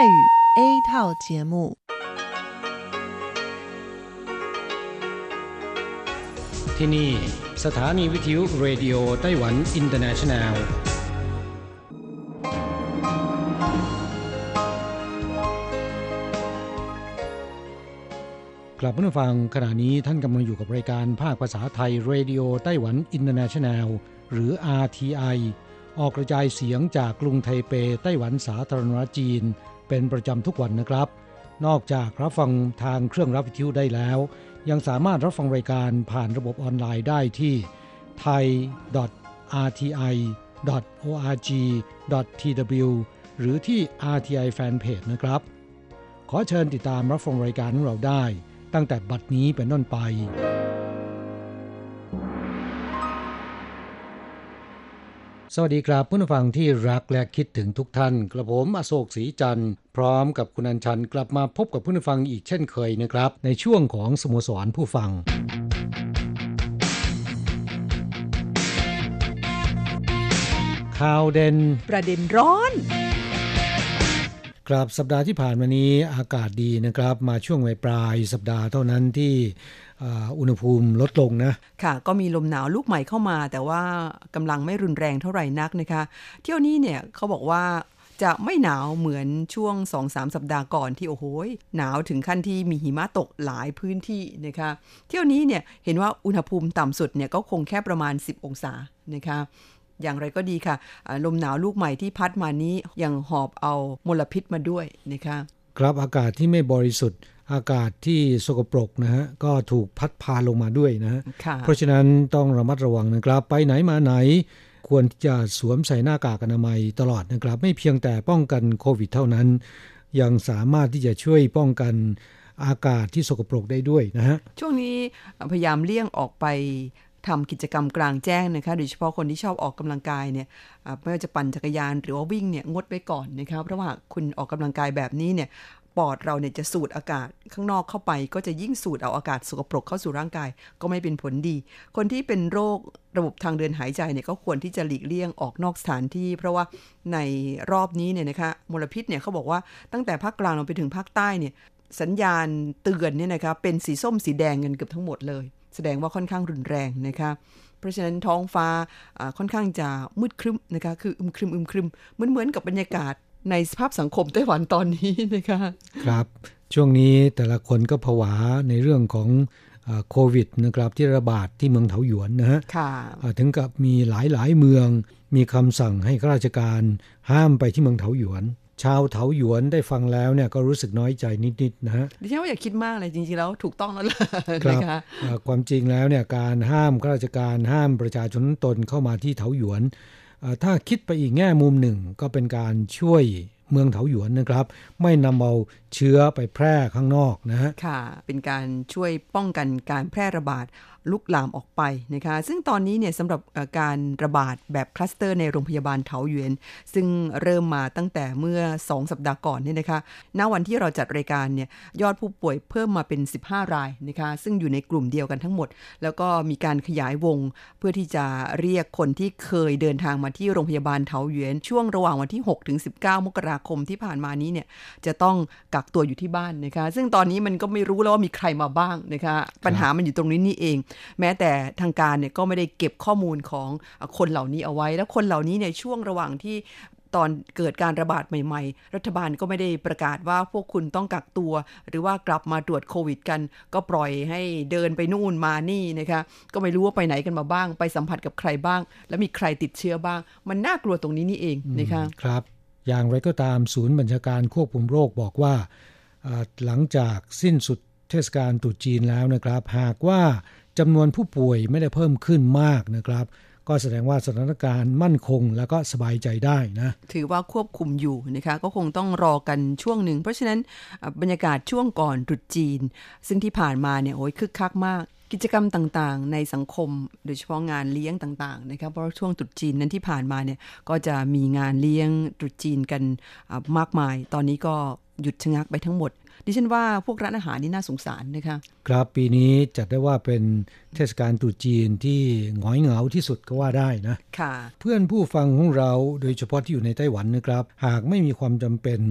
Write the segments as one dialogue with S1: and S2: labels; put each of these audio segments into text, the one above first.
S1: 语 A 套节目
S2: ที่นี่สถานีวิทยุเรดิโอไต้หวันอินเตอร์เนชั่นแนลกลับมาฟังขณะนี้ท่านกำลังอยู่กับรายการภาคภาษาไทยเรดิโอไต้หวันอินเตอร์เนชั่นแนลหรือ RTI ออกกระจายเสียงจากกรุงไทเปไต้หวันสาธารณรัฐจีนเป็นประจำทุกวันนะครับนอกจากรับฟังทางเครื่องรับวิทยุได้แล้วยังสามารถรับฟังรายการผ่านระบบออนไลน์ได้ที่ thai.rti.org.tw หรือที่ RTI Fanpage นะครับขอเชิญติดตามรับฟังรายการของเราได้ตั้งแต่บัดนี้เป็นต้นไปสวัสดีครับผู้ฟังที่รักและคิดถึงทุกท่านกระผมอโศกศรีจันทร์พร้อมกับคุณอัญชันกลับมาพบกับผู้ฟังอีกเช่นเคยนะครับในช่วงของสโมสรผู้ฟังข่าวเด่น
S1: ประเด็นร้อน
S2: ครับสัปดาห์ที่ผ่านมานี้อากาศดีนะครับมาช่วงปลายสัปดาห์เท่านั้นที่อุณหภูมิลดลงนะ
S1: ค่ะก็มีลมหนาวลูกใหม่เข้ามาแต่ว่ากำลังไม่รุนแรงเท่าไหร่นักนะคะเที่ยวนี้เนี่ยเขาบอกว่าจะไม่หนาวเหมือนช่วง 2-3 สัปดาห์ก่อนที่โอ้โหหนาวถึงขั้นที่มีหิมะตกหลายพื้นที่นะคะเที่ยวนี้เนี่ยเห็นว่าอุณหภูมิต่ำสุดเนี่ยก็คงแค่ประมาณ10องศานะคะอย่างไรก็ดีค่ะลมหนาวลูกใหม่ที่พัดมานี้ยังหอบเอามลพิษมาด้วยนะคะ
S2: ครับอากาศที่ไม่บริสุทธิ์อากาศที่สกปรกนะฮะก็ถูกพัดพาลงมาด้วยนะฮะเพราะฉะนั้นต้องระมัดระวังนะครับไปไหนมาไหนควรจะสวมใส่หน้ากากอนามัยตลอดนะครับไม่เพียงแต่ป้องกันโควิดเท่านั้นยังสามารถที่จะช่วยป้องกันอากาศที่สกปรกได้ด้วยนะฮะ
S1: ช่วงนี้พยายามเลี่ยงออกไปทำกิจกรรมกลางแจ้งนะคะโดยเฉพาะคนที่ชอบออกกำลังกายเนี่ยไม่ว่าจะปั่นจักรยานหรือว่าวิ่งเนี่ยงดไว้ก่อนนะคะเพราะว่าคุณออกกำลังกายแบบนี้เนี่ยปอดเราเนี่ยจะสูดอากาศข้างนอกเข้าไปก็จะยิ่งสูดเอาอากาศสกปรกเข้าสู่ร่างกายก็ไม่เป็นผลดีคนที่เป็นโรคระบบทางเดินหายใจเนี่ยก็ควรที่จะหลีกเลี่ยงออกนอกสถานที่เพราะว่าในรอบนี้เนี่ยนะคะมลพิษเนี่ยเขาบอกว่าตั้งแต่ภาคกลางลงไปถึงภาคใต้เนี่ยสัญญาณเตือนเนี่ยนะคะเป็นสีส้มสีแดงกันเกือบทั้งหมดเลยแสดงว่าค่อนข้างรุนแรงนะคะเพราะฉะนั้นท้องฟ้าค่อนข้างจะมืดครึ้มนะคะคืออึมครึมเหมือนกับบรรยากาศในสภาพสังคมไต้หวันตอนนี้นะคะ
S2: ครับช่วงนี้แต่ละคนก็ผวาในเรื่องของโควิดนะครับที่ระบาดที่เมืองเถาหยวนนะฮะถึงกับมีหลายเมืองมีคำสั่งให้ข้าราชการห้ามไปที่เมืองเถาหยวนชาวเถาหยวนได้ฟังแล้วเนี่ยก็รู้สึกน้อยใจนิดๆนะฮะ
S1: ดิฉันว่าอย่าคิดมากเลยจริงๆแล้วถูกต้องแล้วล่ะ
S2: นะคะความจริงแล้วเนี่ยการห้ามข้าราชการห้ามประชาชนตนเข้ามาที่เถาหยวนถ้าคิดไปอีกแง่มุมหนึ่งก็เป็นการช่วยเมืองเถาหยวนนะครับไม่นำเอาเชื้อไปแพร่ข้างนอกนะฮะ
S1: ค่ะเป็นการช่วยป้องกันการแพร่ระบาดลุกลามออกไปนะคะซึ่งตอนนี้เนี่ยสำหรับการระบาดแบบคลัสเตอร์ในโรงพยาบาลเถาหยวนซึ่งเริ่มมาตั้งแต่เมื่อ2สัปดาห์ก่อนเนี่ยนะคะณวันที่เราจัดรายการเนี่ยยอดผู้ป่วยเพิ่มมาเป็น15รายนะคะซึ่งอยู่ในกลุ่มเดียวกันทั้งหมดแล้วก็มีการขยายวงเพื่อที่จะเรียกคนที่เคยเดินทางมาที่โรงพยาบาลเถาหยวนช่วงระหว่างวันที่6ถึง19มกราคมที่ผ่านมานี้เนี่ยจะต้องกักตัวอยู่ที่บ้านนะคะซึ่งตอนนี้มันก็ไม่รู้แล้วว่ามีใครมาบ้างนะคะปัญหามันอยู่ตรงนี้นี่เองแม้แต่ทางการเนี่ยก็ไม่ได้เก็บข้อมูลของคนเหล่านี้เอาไว้แล้วคนเหล่านี้ในช่วงระหว่างที่ตอนเกิดการระบาดใหม่ๆรัฐบาลก็ไม่ได้ประกาศว่าพวกคุณต้องกักตัวหรือว่ากลับมาตรวจโควิดกันก็ปล่อยให้เดินไปนู่นมานี่นะคะก็ไม่รู้ว่าไปไหนกันมาบ้างไปสัมผัสกับใครบ้างแล้วมีใครติดเชื้อบ้างมันน่ากลัวตรงนี้นี่เองนะคะ
S2: ครับอย่างไรก็ตามศูนย์บัญชาการควบคุมโรคบอกว่าหลังจากสิ้นสุดเทศกาลตรุษจีนแล้วนะครับหากว่าจำนวนผู้ป่วยไม่ได้เพิ่มขึ้นมากนะครับก็แสดงว่าสถานการณ์มั่นคงแล้วก็สบายใจได้นะ
S1: ถือว่าควบคุมอยู่นะคะก็คงต้องรอกันช่วงหนึ่งเพราะฉะนั้นบรรยากาศช่วงก่อนตรุษจีนซึ่งที่ผ่านมาเนี่ยโอ้ยคึกคักมากกิจกรรมต่างๆในสังคมโดยเฉพาะงานเลี้ยงต่างๆนะครับเพราะช่วงตรุษจีนนั้นที่ผ่านมาเนี่ยก็จะมีงานเลี้ยงตรุษจีนกันมากมายตอนนี้ก็หยุดชะงักไปทั้งหมดดิฉันว่าพวกร้านอาหารนี่น่าสงสารนะคะ
S2: ครับปีนี้จัดได้ว่าเป็นเทศกาลตรุษจีนที่หงอยเหงาที่สุดก็ว่าได้นะ
S1: ค่ะ
S2: เพื่อนผู้ฟังของเราโดยเฉพาะที่อยู่ในไต้หวันนะครับหากไม่มีความจำเป็น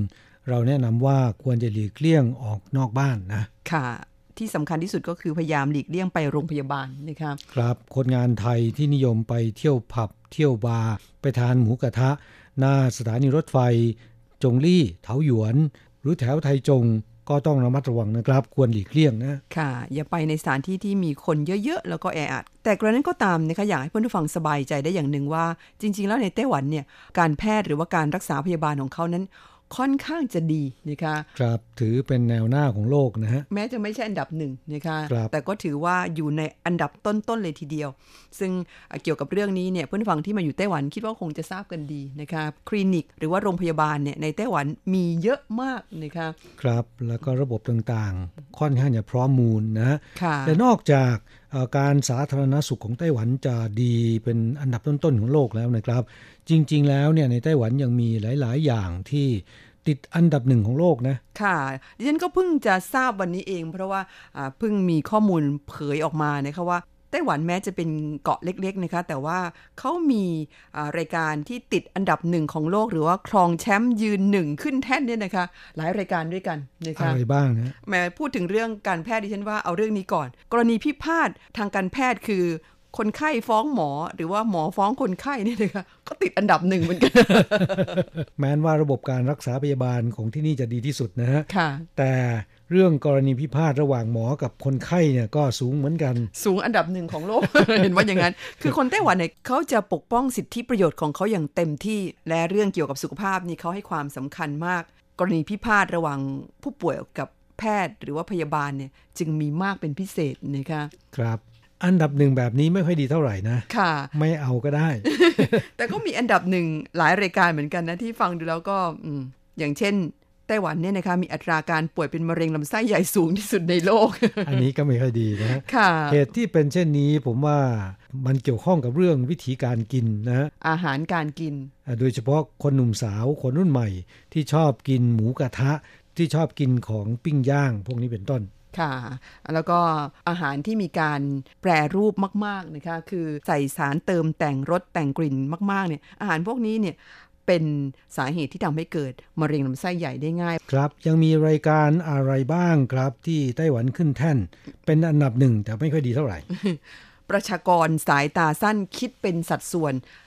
S2: เราแนะนำว่าควรจะหลีกเลี่ยงออกนอกบ้านนะ
S1: ค่ะที่สำคัญที่สุดก็คือพยายามหลีกเลี่ยงไปโรงพยาบาลนะครับ
S2: ครับคนงานไทยที่นิยมไปเที่ยวผับเที่ยวบาร์ไปทานหมูกระทะหน้าสถานีรถไฟจงลี่เถาหยวนหรือแถวไทจงก็ต้องระมัดระวังนะครับควรหลีกเลี่ยงนะ
S1: ค่ะอย่าไปในสถานที่ที่มีคนเยอะๆแล้วก็แออัดแต่กระนั้นก็ตามนะคะอยากให้เพื่อนผู้ฟังสบายใจได้อย่างหนึ่งว่าจริงๆแล้วในไต้หวันเนี่ยการแพทย์หรือว่าการรักษาพยาบาลของเขานั้นค่อนข้างจะดีนะคะ
S2: ครับถือเป็นแนวหน้าของโลกนะฮะ
S1: แม้จะไม่ใช่อันดับหนึ่งนะคะแต่ก็ถือว่าอยู่ในอันดับต้นๆเลยทีเดียวซึ่งเกี่ยวกับเรื่องนี้เนี่ยเพื่อนฟังที่มาอยู่ไต้หวันคิดว่าคงจะทราบกันดีนะคะคลินิกหรือว่าโรงพยาบาลเนี่ยในไต้หวันมีเยอะมากนะคะ
S2: ครับแล้วก็ระบบต่างๆค่อนข้างจะพร้อมมูลนะและนอกจากการสาธารณสุขของไต้หวันจะดีเป็นอันดับต้นๆของโลกแล้วนะครับจริงๆแล้วเนี่ยในไต้หวันยังมีหลายๆอย่างที่ติดอันดับ1ของโลกนะ
S1: ค่ะดิฉันก็เพิ่งจะทราบวันนี้เองเพราะว่าเพิ่งมีข้อมูลเผยออกมานะคะว่าไต้หวันแม้จะเป็นเกาะเล็กๆนะคะแต่ว่าเขามีรายการที่ติดอันดับ1ของโลกหรือว่าครองแชมป์ยืน1ขึ้นแท่นเนี่ยนะคะหลายรายการด้วยกันนะคะ
S2: อะไรบ้างนะ
S1: แม้พูดถึงเรื่องการแพทย์ดิฉันว่าเอาเรื่องนี้ก่อนกรณีพิพาททางการแพทย์คือคนไข้ฟ้องหมอหรือว่าหมอฟ้องคนไข้นี่นะคะก็ติดอันดับ1เหมือนกัน
S2: แม้ว่าระบบการรักษาพยาบาลของที่นี่จะดีที่สุดนะฮะ
S1: ค่ะ
S2: แต่เรื่องกรณีพิพาทระหว่างหมอกับคนไข้เนี่ยก็สูงเหมือนกัน
S1: สูงอันดับ1ของโลก เห็นว่าอย่างนั้นคือคนไต้หวันเนี่ยเขาจะปกป้องสิทธิประโยชน์ของเขาอย่างเต็มที่และเรื่องเกี่ยวกับสุขภาพนี่เขาให้ความสำคัญมากกรณีพิพาทระหว่างผู้ป่วยกับแพทย์หรือว่าพยาบาลเนี่ยจึงมีมากเป็นพิเศษนะคะ
S2: ครับอันดับ1แบบนี้ไม่ค่อยดีเท่าไหร่นะ
S1: ค่ะ
S2: ไม่เอาก็ได้
S1: แต่ก็มีอันดับ1หลายรายการเหมือนกันนะที่ฟังดูแล้วก็อย่างเช่นไต้หวันเนี่ยนะคะมีอัตราการป่วยเป็นมะเร็งลำไส้ใหญ่สูงที่สุดในโลก
S2: อันนี้ก็ไม่ค่อยดีนะ
S1: ค่ะ
S2: เหตุที่เป็นเช่นนี้ผมว่ามันเกี่ยวข้องกับเรื่องวิธีการกินนะ
S1: อาหารการกิน
S2: โดยเฉพาะคนหนุ่มสาวคนรุ่นใหม่ที่ชอบกินหมูกระทะที่ชอบกินของปิ้งย่างพวกนี้เป็นต้น
S1: ค่ะแล้วก็อาหารที่มีการแปรรูปมากๆนะคะคือใส่สารเติมแต่งรสแต่งกลิ่นมากๆเนี่ยอาหารพวกนี้เนี่ยเป็นสาเหตุที่ทำให้เกิดมะเร็งลำไส้ใหญ่ได้ง่าย
S2: ครับยังมีรายการอะไรบ้างครับที่ไต้หวันขึ้นแท่นเป็นอันดับ1แต่ไม่ค่อยดีเท่าไหร่
S1: ประชากรสายตาสั้นคิดเป็นสัดส่วน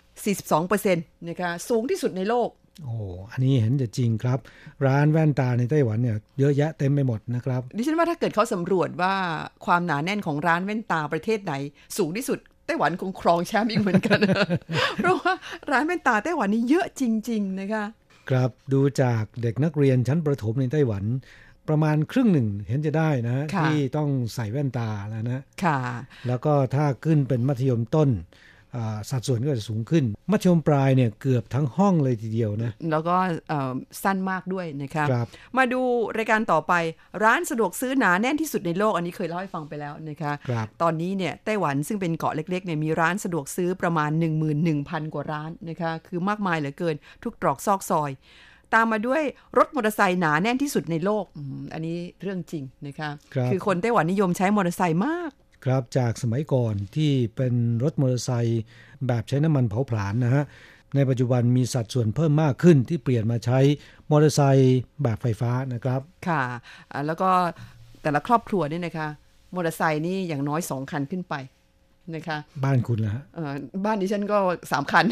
S1: 42% นะคะสูงที่สุดในโลก
S2: โอ้อันนี้เห็นจะจริงครับร้านแว่นตาในไต้หวันเนี่ยเยอะแยะเต็มไปหมดนะครับ
S1: ดิฉันว่าถ้าเกิดเขาสำรวจว่าความหนาแน่นของร้านแว่นตาประเทศไหนสูงที่สุดไต้หวันคงครองแชมป์อีกเหมือนกัน เพราะว่าร้านแว่นตาไต้หวันนี่เยอะจริงๆนะคะ
S2: ครับดูจากเด็กนักเรียนชั้นประถมในไต้หวันประมาณครึ่งหนึ่งเห็นจะได้นะที่ต้องใส่แว่นตาแล้วนะ
S1: ค่ะ
S2: แล้วก็ถ้าขึ้นเป็นมัธยมต้นสัดส่วนก็จะสูงขึ้นมัธยมปลายเนี่ยเกือบทั้งห้องเลยทีเดียวนะ
S1: แล้วก็สั้นมากด้วยนะคะมาดูรายการต่อไปร้านสะดวกซื้อหนาแน่นที่สุดในโลกอันนี้เคยเล่าให้ฟังไปแล้วนะคะตอนนี้เนี่ยไต้หวันซึ่งเป็นเกาะเล็กๆเนี่ยมีร้านสะดวกซื้อประมาณ 11,000 กว่าร้านนะคะคือมากมายเหลือเกินทุกตรอกซอกซอยตามมาด้วยรถมอเตอร์ไซค์หนาแน่นที่สุดในโลกอันนี้เรื่องจริงนะคะคือคนไต้หวันนิยมใช้มอเตอร์ไซค์มาก
S2: ครับจากสมัยก่อนที่เป็นรถมอเตอร์ไซค์แบบใช้น้ำมันเผาผลาญนะฮะในปัจจุบันมีสัดส่วนเพิ่มมากขึ้นที่เปลี่ยนมาใช้มอเตอร์ไซค์แบบไฟฟ้านะครับ
S1: ค่ะแล้วก็แต่ละครอบครัวนี่นะคะมอเตอร์ไซค์นี่อย่างน้อย2คันขึ้นไปนะคะ
S2: บ้านคุณล่ะฮะ
S1: บ้านดิฉันก็3คัน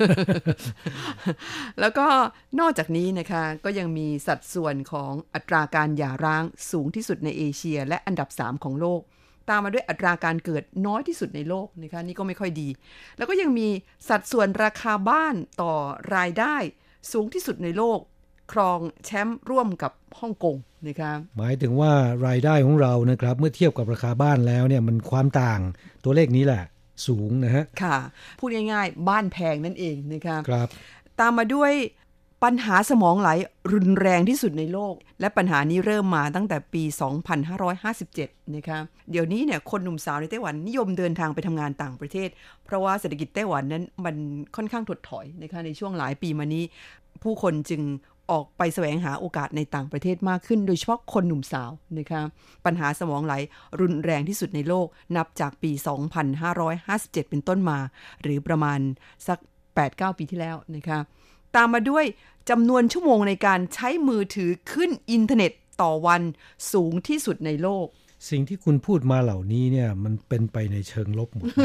S1: แล้วก็นอกจากนี้นะคะก็ยังมีสัดส่วนของอัตราการหย่าร้างสูงที่สุดในเอเชียและอันดับ3ของโลกตามมาด้วยอัตราการเกิดน้อยที่สุดในโลกนะคะนี่ก็ไม่ค่อยดีแล้วก็ยังมีสัดส่วนราคาบ้านต่อรายได้สูงที่สุดในโลกครองแชมป์ร่วมกับฮ่องกงนะคะ
S2: หมายถึงว่ารายได้ของเรานะครับเมื่อเทียบกับราคาบ้านแล้วเนี่ยมันความต่างตัวเลขนี้แหละสูงนะฮะ
S1: ค่ะพูดง่ายๆบ้านแพงนั่นเองนะคะ
S2: ครับ
S1: ตามมาด้วยปัญหาสมองไหลรุนแรงที่สุดในโลกและปัญหานี้เริ่มมาตั้งแต่ปี 2557 นะคะเดี๋ยวนี้เนี่ยคนหนุ่มสาวในไต้หวันนิยมเดินทางไปทำงานต่างประเทศเพราะว่าเศรษฐกิจไต้หวันนั้นมันค่อนข้างถดถอยนะคะในช่วงหลายปีมานี้ผู้คนจึงออกไปแสวงหาโอกาสในต่างประเทศมากขึ้นโดยเฉพาะคนหนุ่มสาวนะคะปัญหาสมองไหลรุนแรงที่สุดในโลกนับจากปี 2557 เป็นต้นมาหรือประมาณสัก 8-9 ปีที่แล้วนะคะตามมาด้วยจำนวนชั่วโมงในการใช้มือถือขึ้นอินเทอร์เน็ตต่อวันสูงที่สุดในโลก
S2: สิ่งที่คุณพูดมาเหล่านี้เนี่ยมันเป็นไปในเชิงลบหมด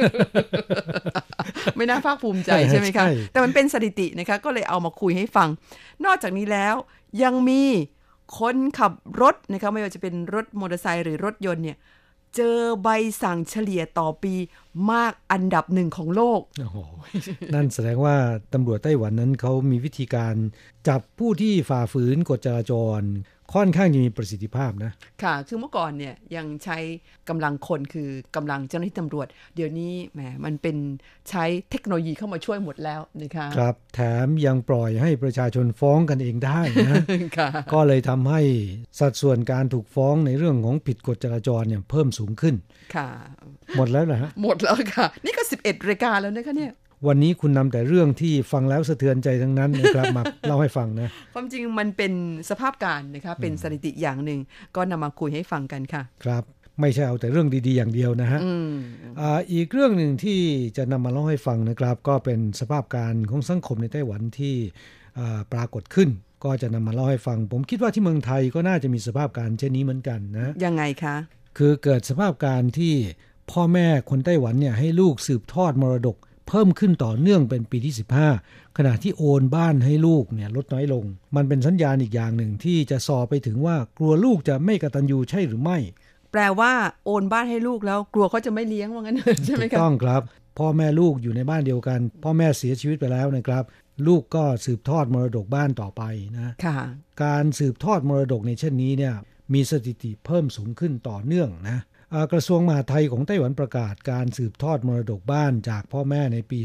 S1: ไม่น่าภาคภูมิใจใช่ไหมคะแต่มันเป็นสถิตินะคะก็เลยเอามาคุยให้ฟังนอกจากนี้แล้วยังมีคนขับรถนะคะไม่ว่าจะเป็นรถมอเตอร์ไซค์หรือรถยนต์เนี่ยเจอใบสั่งเฉลี่ยต่อปีมากอันดับหนึ่งของโลก
S2: โอ้โห นั่นแสดงว่าตำรวจไต้หวันนั้นเขามีวิธีการจับผู้ที่ฝ่าฝืนกฎจราจรค่อนข้างจะมีประสิทธิภาพนะ
S1: ค่ะคือเมื่อก่อนเนี่ยยังใช้กำลังคนคือกำลังเจ้าหน้าที่ตำรวจเดี๋ยวนี้แหมมันเป็นใช้เทคโนโลยีเข้ามาช่วยหมดแล้วนะคะ
S2: ครับแถมยังปล่อยให้ประชาชนฟ้องกันเองได้นะ ก็เลยทำให้สัดส่วนการถูกฟ้องในเรื่องของผิดกฎจราจรเนี่ยเพิ่มสูงขึ้น
S1: ค่ะ
S2: หมดแล้วเหรอฮะ
S1: หมดแล้วค่ะนี่ก็11 รายการแล้วนะคะเนี่ย
S2: วันนี้คุณนำแต่เรื่องที่ฟังแล้วสะเทือนใจทั้งนั้นนะครับ มาเล่าให้ฟังนะ
S1: ความจริงมันเป็นสภาพการนะคะเป็นสถิติอย่างหนึ่งก็นำมาคุยให้ฟังกันค่ะ
S2: ครับไม่ใช่เอาแต่เรื่องดีๆอย่างเดียวนะฮะอีกเรื่องหนึ่งที่จะนำมาเล่าให้ฟังนะครับก็เป็นสภาพการของสังคมในไต้หวันที่ปรากฏขึ้นก็จะนำมาเล่าให้ฟังผมคิดว่าที่เมืองไทยก็น่าจะมีสภาพการเช่นนี้เหมือนกันนะ
S1: ยังไงคะ
S2: คือเกิดสภาพการที่พ่อแม่คนไต้หวันเนี่ยให้ลูกสืบทอดมรดกเพิ่มขึ้นต่อเนื่องเป็นปีที่15ขณะที่โอนบ้านให้ลูกเนี่ยลดน้อยลงมันเป็นสัญญาณอีกอย่างหนึ่งที่จะสอบไปถึงว่ากลัวลูกจะไม่กตัญญูใช่หรือไม่
S1: แปลว่าโอนบ้านให้ลูกแล้วกลัวเขาจะไม่เลี้ยงว่างั้นใช่ไหมครับ
S2: ถูกต้องครับพ่อแม่ลูกอยู่ในบ้านเดียวกันพ่อแม่เสียชีวิตไปแล้วนะครับลูกก็สืบทอดมรดกบ้านต่อไปนะการสืบทอดมรดกในเช่นนี้เนี่ยมีสถิติเพิ่มสูงขึ้นต่อเนื่องนะกระทรวงมหาดไทยของไต้หวันประกาศการสืบทอดมรดกบ้านจากพ่อแม่ในปี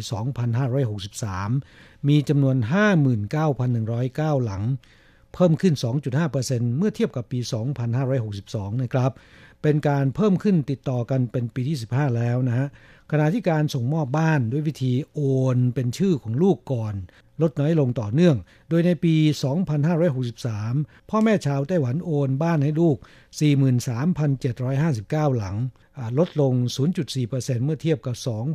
S2: 2563 มีจำนวน 59,109 หลังเพิ่มขึ้น 2.5% เมื่อเทียบกับปี 2562 นะครับเป็นการเพิ่มขึ้นติดต่อกันเป็นปีที่15แล้วนะฮะขณะที่การส่งมอบบ้านด้วยวิธีโอนเป็นชื่อของลูกก่อนลดน้อยลงต่อเนื่องโดยในปี 2563 พ่อแม่ชาวไต้หวันโอนบ้านให้ลูก 43,759 หลังลดลง 0.4% เมื่อเทียบกับ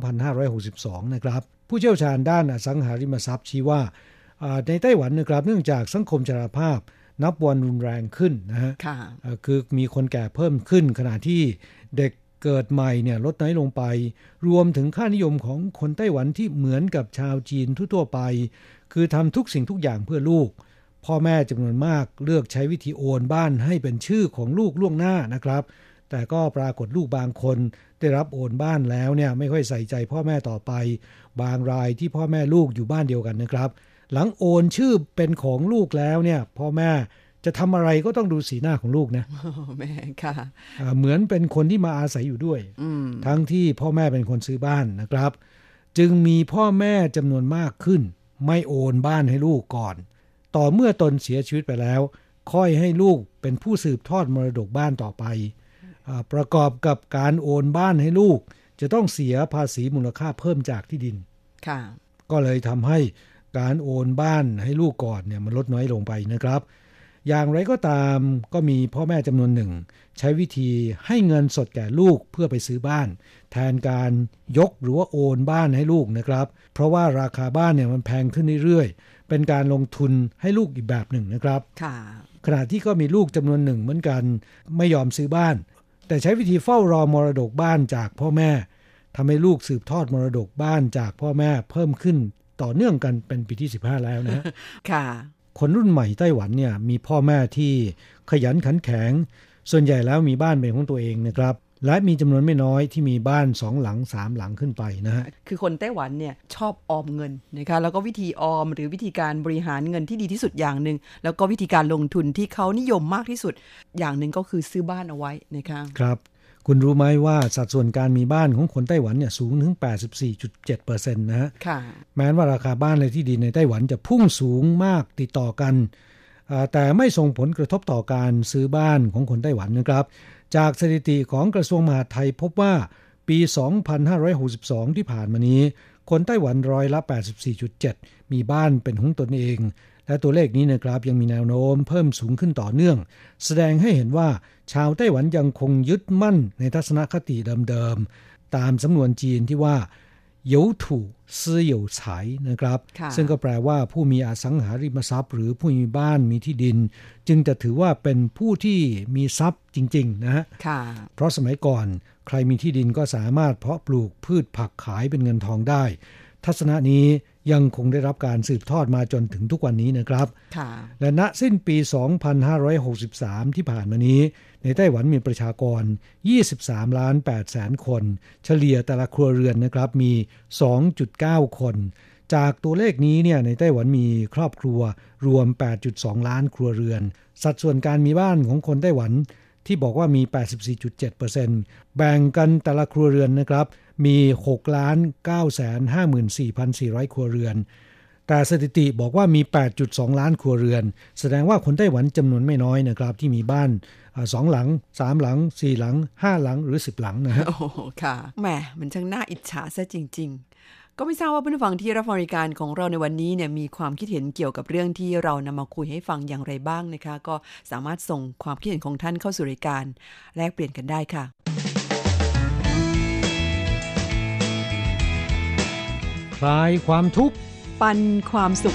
S2: 2,562 นะครับผู้เชี่ยวชาญด้านอสังหาริมทรัพย์ชี้ว่าในไต้หวันนะครับเนื่องจากสังคมชราภาพนับวันรุนแรงขึ้นนะฮะคือมีคนแก่เพิ่มขึ้นขณะที่เด็กเกิดใหม่เนี่ยลดน้อยลงไปรวมถึงค่านิยมของคนไต้หวันที่เหมือนกับชาวจีนทั่วไปคือทำทุกสิ่งทุกอย่างเพื่อลูกพ่อแม่จำนวนมากเลือกใช้วิธีโอนบ้านให้เป็นชื่อของลูกล่วงหน้านะครับแต่ก็ปรากฏลูกบางคนได้รับโอนบ้านแล้วเนี่ยไม่ค่อยใส่ใจพ่อแม่ต่อไปบางรายที่พ่อแม่ลูกอยู่บ้านเดียวกันนะครับหลังโอนชื่อเป็นของลูกแล้วเนี่ยพ่อแม่จะทำอะไรก็ต้องดูสีหน้าของลูกนะ
S1: แม่ค่ะ
S2: เหมือนเป็นคนที่มาอาศัยอยู่ด้วยทั้งที่พ่อแม่เป็นคนซื้อบ้านนะครับจึงมีพ่อแม่จำนวนมากขึ้นไม่โอนบ้านให้ลูกก่อนต่อเมื่อตนเสียชีวิตไปแล้วค่อยให้ลูกเป็นผู้สืบทอดมรดกบ้านต่อไปประกอบกับการโอนบ้านให้ลูกจะต้องเสียภาษีมูลค่าเพิ่มจากที่ดิน
S1: ค่ะ
S2: ก็เลยทำให้การโอนบ้านให้ลูกก่อนเนี่ยมันลดน้อยลงไปนะครับอย่างไรก็ตามก็มีพ่อแม่จำนวนหนึ่งใช้วิธีให้เงินสดแก่ลูกเพื่อไปซื้อบ้านแทนการยกหรือว่าโอนบ้านให้ลูกนะครับเพราะว่าราคาบ้านเนี่ยมันแพงขึ้นเรื่อยๆเป็นการลงทุนให้ลูกอีกแบบหนึ่งนะครับขณะที่ก็มีลูกจำนวนหนึ่งเหมือนกันไม่ยอมซื้อบ้านแต่ใช้วิธีเฝ้ารอมรดกบ้านจากพ่อแม่ทำให้ลูกสืบทอดมรดกบ้านจากพ่อแม่เพิ่มขึ้นต่อเนื่องกันเป็นปีที่15แล้วนะ
S1: ค่ะ
S2: คนรุ่นใหม่ไต้หวันเนี่ยมีพ่อแม่ที่ขยันขันแข็งส่วนใหญ่แล้วมีบ้านเป็นของตัวเองนะครับและมีจำนวนไม่น้อยที่มีบ้าน2หลัง3หลังขึ้นไปนะฮะ
S1: คือคนไต้หวันเนี่ยชอบออมเงินนะคะแล้วก็วิธีออมหรือวิธีการบริหารเงินที่ดีที่สุดอย่างนึงแล้วก็วิธีการลงทุนที่เขานิยมมากที่สุดอย่างนึงก็คือซื้อบ้านเอาไว้นะคะ
S2: ครับคุณรู้ไหมว่าสัดส่วนการมีบ้านของคนไต้หวันเนี่ยสูงถึง 84.7% นะฮะแม้ว่าราคาบ้านและที่ดินในไต้หวันจะพุ่งสูงมากติดต่อกันแต่ไม่ส่งผลกระทบต่อการซื้อบ้านของคนไต้หวันนะครับจากสถิติของกระทรวงมหาดไทยพบว่าปี 2562 ที่ผ่านมานี้คนไต้หวันร้อยละ 84.7 มีบ้านเป็นของตนเองและตัวเลขนี้นะครับยังมีแนวโน้มเพิ่มสูงขึ้นต่อเนื่องแสดงให้เห็นว่าชาวไต้หวันยังคงยึดมั่นในทัศนคติเดิมๆตามสำนวนจีนที่ว่า有土斯有财นะครับซึ่งก็แปลว่าผู้มีอสังหาริมทรัพย์หรือผู้มีบ้านมีที่ดินจึงจะถือว่าเป็นผู้ที่มีทรัพย์จริงๆนะฮะเพราะสมัยก่อนใครมีที่ดินก็สามารถเพาะปลูกพืชผักขายเป็นเงินทองได้ทัศนะนี้ยังคงได้รับการสืบทอดมาจนถึงทุกวันนี้นะครับและณสิ้นปี 2563 ที่ผ่านมานี้ในไต้หวันมีประชากร 23.800,000 คนเฉลี่ยแต่ละครัวเรือนนะครับมี 2.9 คนจากตัวเลขนี้เนี่ยในไต้หวันมีครอบครัวรวม 8.2 ล้านครัวเรือนสัดส่วนการมีบ้านของคนไต้หวันที่บอกว่ามี 84.7% แบ่งกันแต่ละครัวเรือนนะครับมี 6,954,400 ครัวเรือนแต่สถิติบอกว่ามี 8.2 ล้านครัวเรือนแสดงว่าคนไต้หวันจำนวนไม่น้อยนะครับที่มีบ้าน2 หลัง3 หลัง4 หลัง5 หลังหรือ10 หลังนะฮะ
S1: โอ้ค่ะแหมมันช่างน่าอิจฉาซะจริงๆก็ไม่ทราบว่าผู้ฟังที่รับฟังรายการของเราในวันนี้เนี่ยมีความคิดเห็นเกี่ยวกับเรื่องที่เรานำมาคุยให้ฟังอย่างไรบ้างนะคะก็สามารถส่งความคิดเห็นของท่านเข้าสู่รายการแลกเปลี่ยนกันได้ค่ะ
S2: คลายความทุกข์
S1: ปันความสุข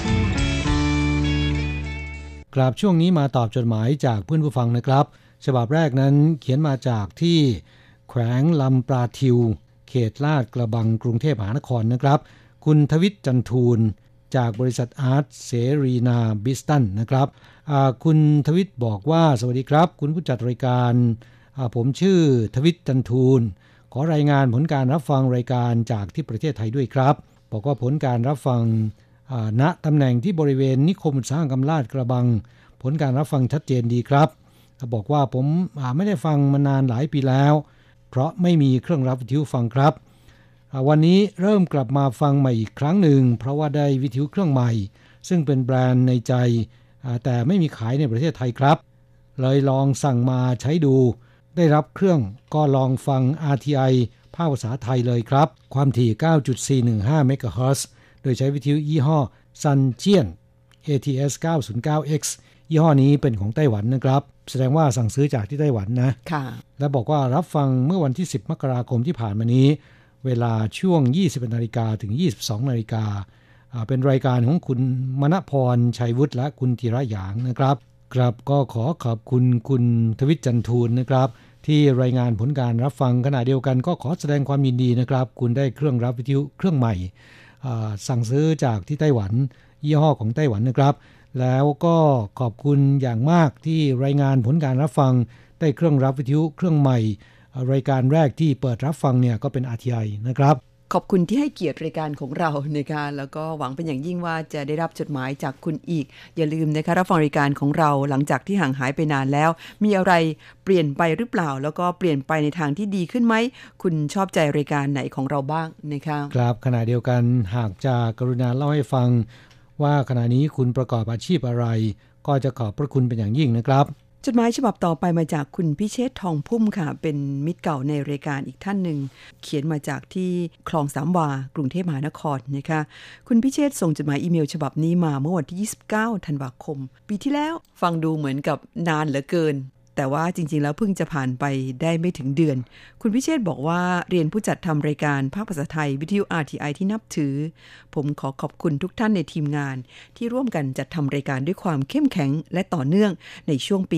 S2: กลับช่วงนี้มาตอบจดหมายจากเพื่อนผู้ฟังนะครับฉบับแรกนั้นเขียนมาจากที่แขวงลำปราทิวเขตลาดกระบังกรุงเทพมหานครนะครับคุณทวิทย์จันทูลจากบริษัทอาร์ตเสรีนาบิสตันนะครับคุณทวิทย์บอกว่าสวัสดีครับคุณผู้จัดรายการผมชื่อทวิทย์จันทูลขอรายงานผลการรับฟังรายการจากที่ประเทศไทยด้วยครับบอกว่าผลการรับฟังณตำแหน่งที่บริเวณนิคมอุตสาหกรรมลาดกระบังผลการรับฟังชัดเจนดีครับบอกว่าผมไม่ได้ฟังมานานหลายปีแล้วเพราะไม่มีเครื่องรับวิทยุฟังครับวันนี้เริ่มกลับมาฟังใหม่อีกครั้งหนึ่งเพราะว่าได้วิทยุเครื่องใหม่ซึ่งเป็นแบรนด์ในใจแต่ไม่มีขายในประเทศไทยครับเลยลองสั่งมาใช้ดูได้รับเครื่องก็ลองฟัง RTI ภาคภาษาไทยเลยครับความถี่ 9.415 เมกะเฮิรตซ์โดยใช้วิทยุยี่ห้อซันเจียน ATS 909X ยี่ห้อนี้เป็นของไต้หวันนะครับแสดงว่าสั่งซื้อจากที่ไต้หวันนะและบอกว่ารับฟังเมื่อวันที่10 มกราคมที่ผ่านมานี้เวลาช่วง 21:00 นถึง 22:00 นเป็นรายการของคุณมณพรชัยวุฒิและคุณธีระหยางนะครับครับก็ขอขอบคุณคุณทวิทย์จันทูลนะครับที่รายงานผลการรับฟังขณะเดียวกันก็ขอแสดงความยินดีนะครับคุณได้เครื่องรับวิทยุเครื่องใหม่สั่งซื้อจากที่ไต้หวันยี่ห้อของไต้หวันนะครับแล้วก็ขอบคุณอย่างมากที่รายงานผลการรับฟังได้เครื่องรับวิทยุเครื่องใหม่รายการแรกที่เปิดรับฟังเนี่ยก็เป็น RTI นะครับ
S1: ขอบคุณที่ให้เกียรติรายการของเรานะคะแล้วก็หวังเป็นอย่างยิ่งว่าจะได้รับจดหมายจากคุณอีกอย่าลืมนะคะรับฟังรายการของเราหลังจากที่ห่างหายไปนานแล้วมีอะไรเปลี่ยนไปหรือเปล่าแล้วก็เปลี่ยนไปในทางที่ดีขึ้นไหมคุณชอบใจรายการไหนของเราบ้างนะคะ
S2: ครับขณะเดียวกันหากจะกรุณาเล่าให้ฟังว่าขณะนี้คุณประกอบอาชีพอะไรก็จะขอบพระคุณเป็นอย่างยิ่งนะครับ
S1: จดหมายฉบับต่อไปมาจากคุณพิเชษทองพุ่มค่ะเป็นมิตรเก่าในรายการอีกท่านหนึ่งเขียนมาจากที่คลองสามวากรุงเทพมหานครนะคะคุณพิเชษส่งจดหมายอีเมลฉบับนี้มาเมื่อวันที่29 ธันวาคมปีที่แล้วฟังดูเหมือนกับนานเหลือเกินแต่ว่าจริงๆแล้วเพิ่งจะผ่านไปได้ไม่ถึงเดือนคุณพิเชษบอกว่าเรียนผู้จัดทำรายการภาคภาษาไทยวิทยุ RTI ที่นับถือผมขอขอบคุณทุกท่านในทีมงานที่ร่วมกันจัดทำรายการด้วยความเข้มแข็งและต่อเนื่องในช่วงปี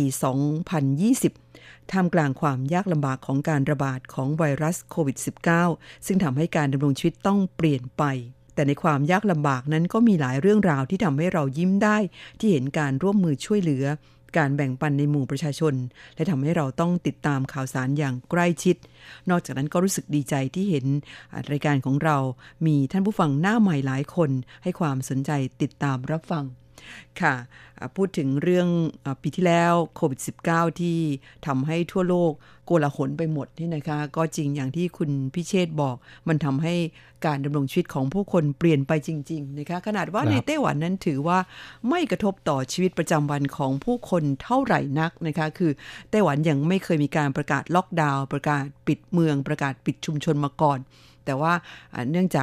S1: 2020 ท่ามกลางความยากลำบากของการระบาดของไวรัสโควิด -19 ซึ่งทำให้การดำรงชีวิตต้องเปลี่ยนไปแต่ในความยากลำบากนั้นก็มีหลายเรื่องราวที่ทำให้เรายิ้มได้ที่เห็นการร่วมมือช่วยเหลือการแบ่งปันในหมู่ประชาชนและทำให้เราต้องติดตามข่าวสารอย่างใกล้ชิดนอกจากนั้นก็รู้สึกดีใจที่เห็นรายการของเรามีท่านผู้ฟังหน้าใหม่หลายคนให้ความสนใจติดตามรับฟังค่ะพูดถึงเรื่องปีที่แล้วโควิด -19 ที่ทำให้ทั่วโลกโกลาหลไปหมดนี่นะคะก็จริงอย่างที่คุณพิเชษบอกมันทำให้การดำรงชีวิตของผู้คนเปลี่ยนไปจริงๆนะคะขนาดว่าในไต้หวันนั้นถือว่าไม่กระทบต่อชีวิตประจำวันของผู้คนเท่าไหร่นักนะคะคือไต้หวันยังไม่เคยมีการประกาศล็อกดาวน์ประกาศปิดเมืองประกาศปิดชุมชนมาก่อนแต่ว่าเนื่องจาก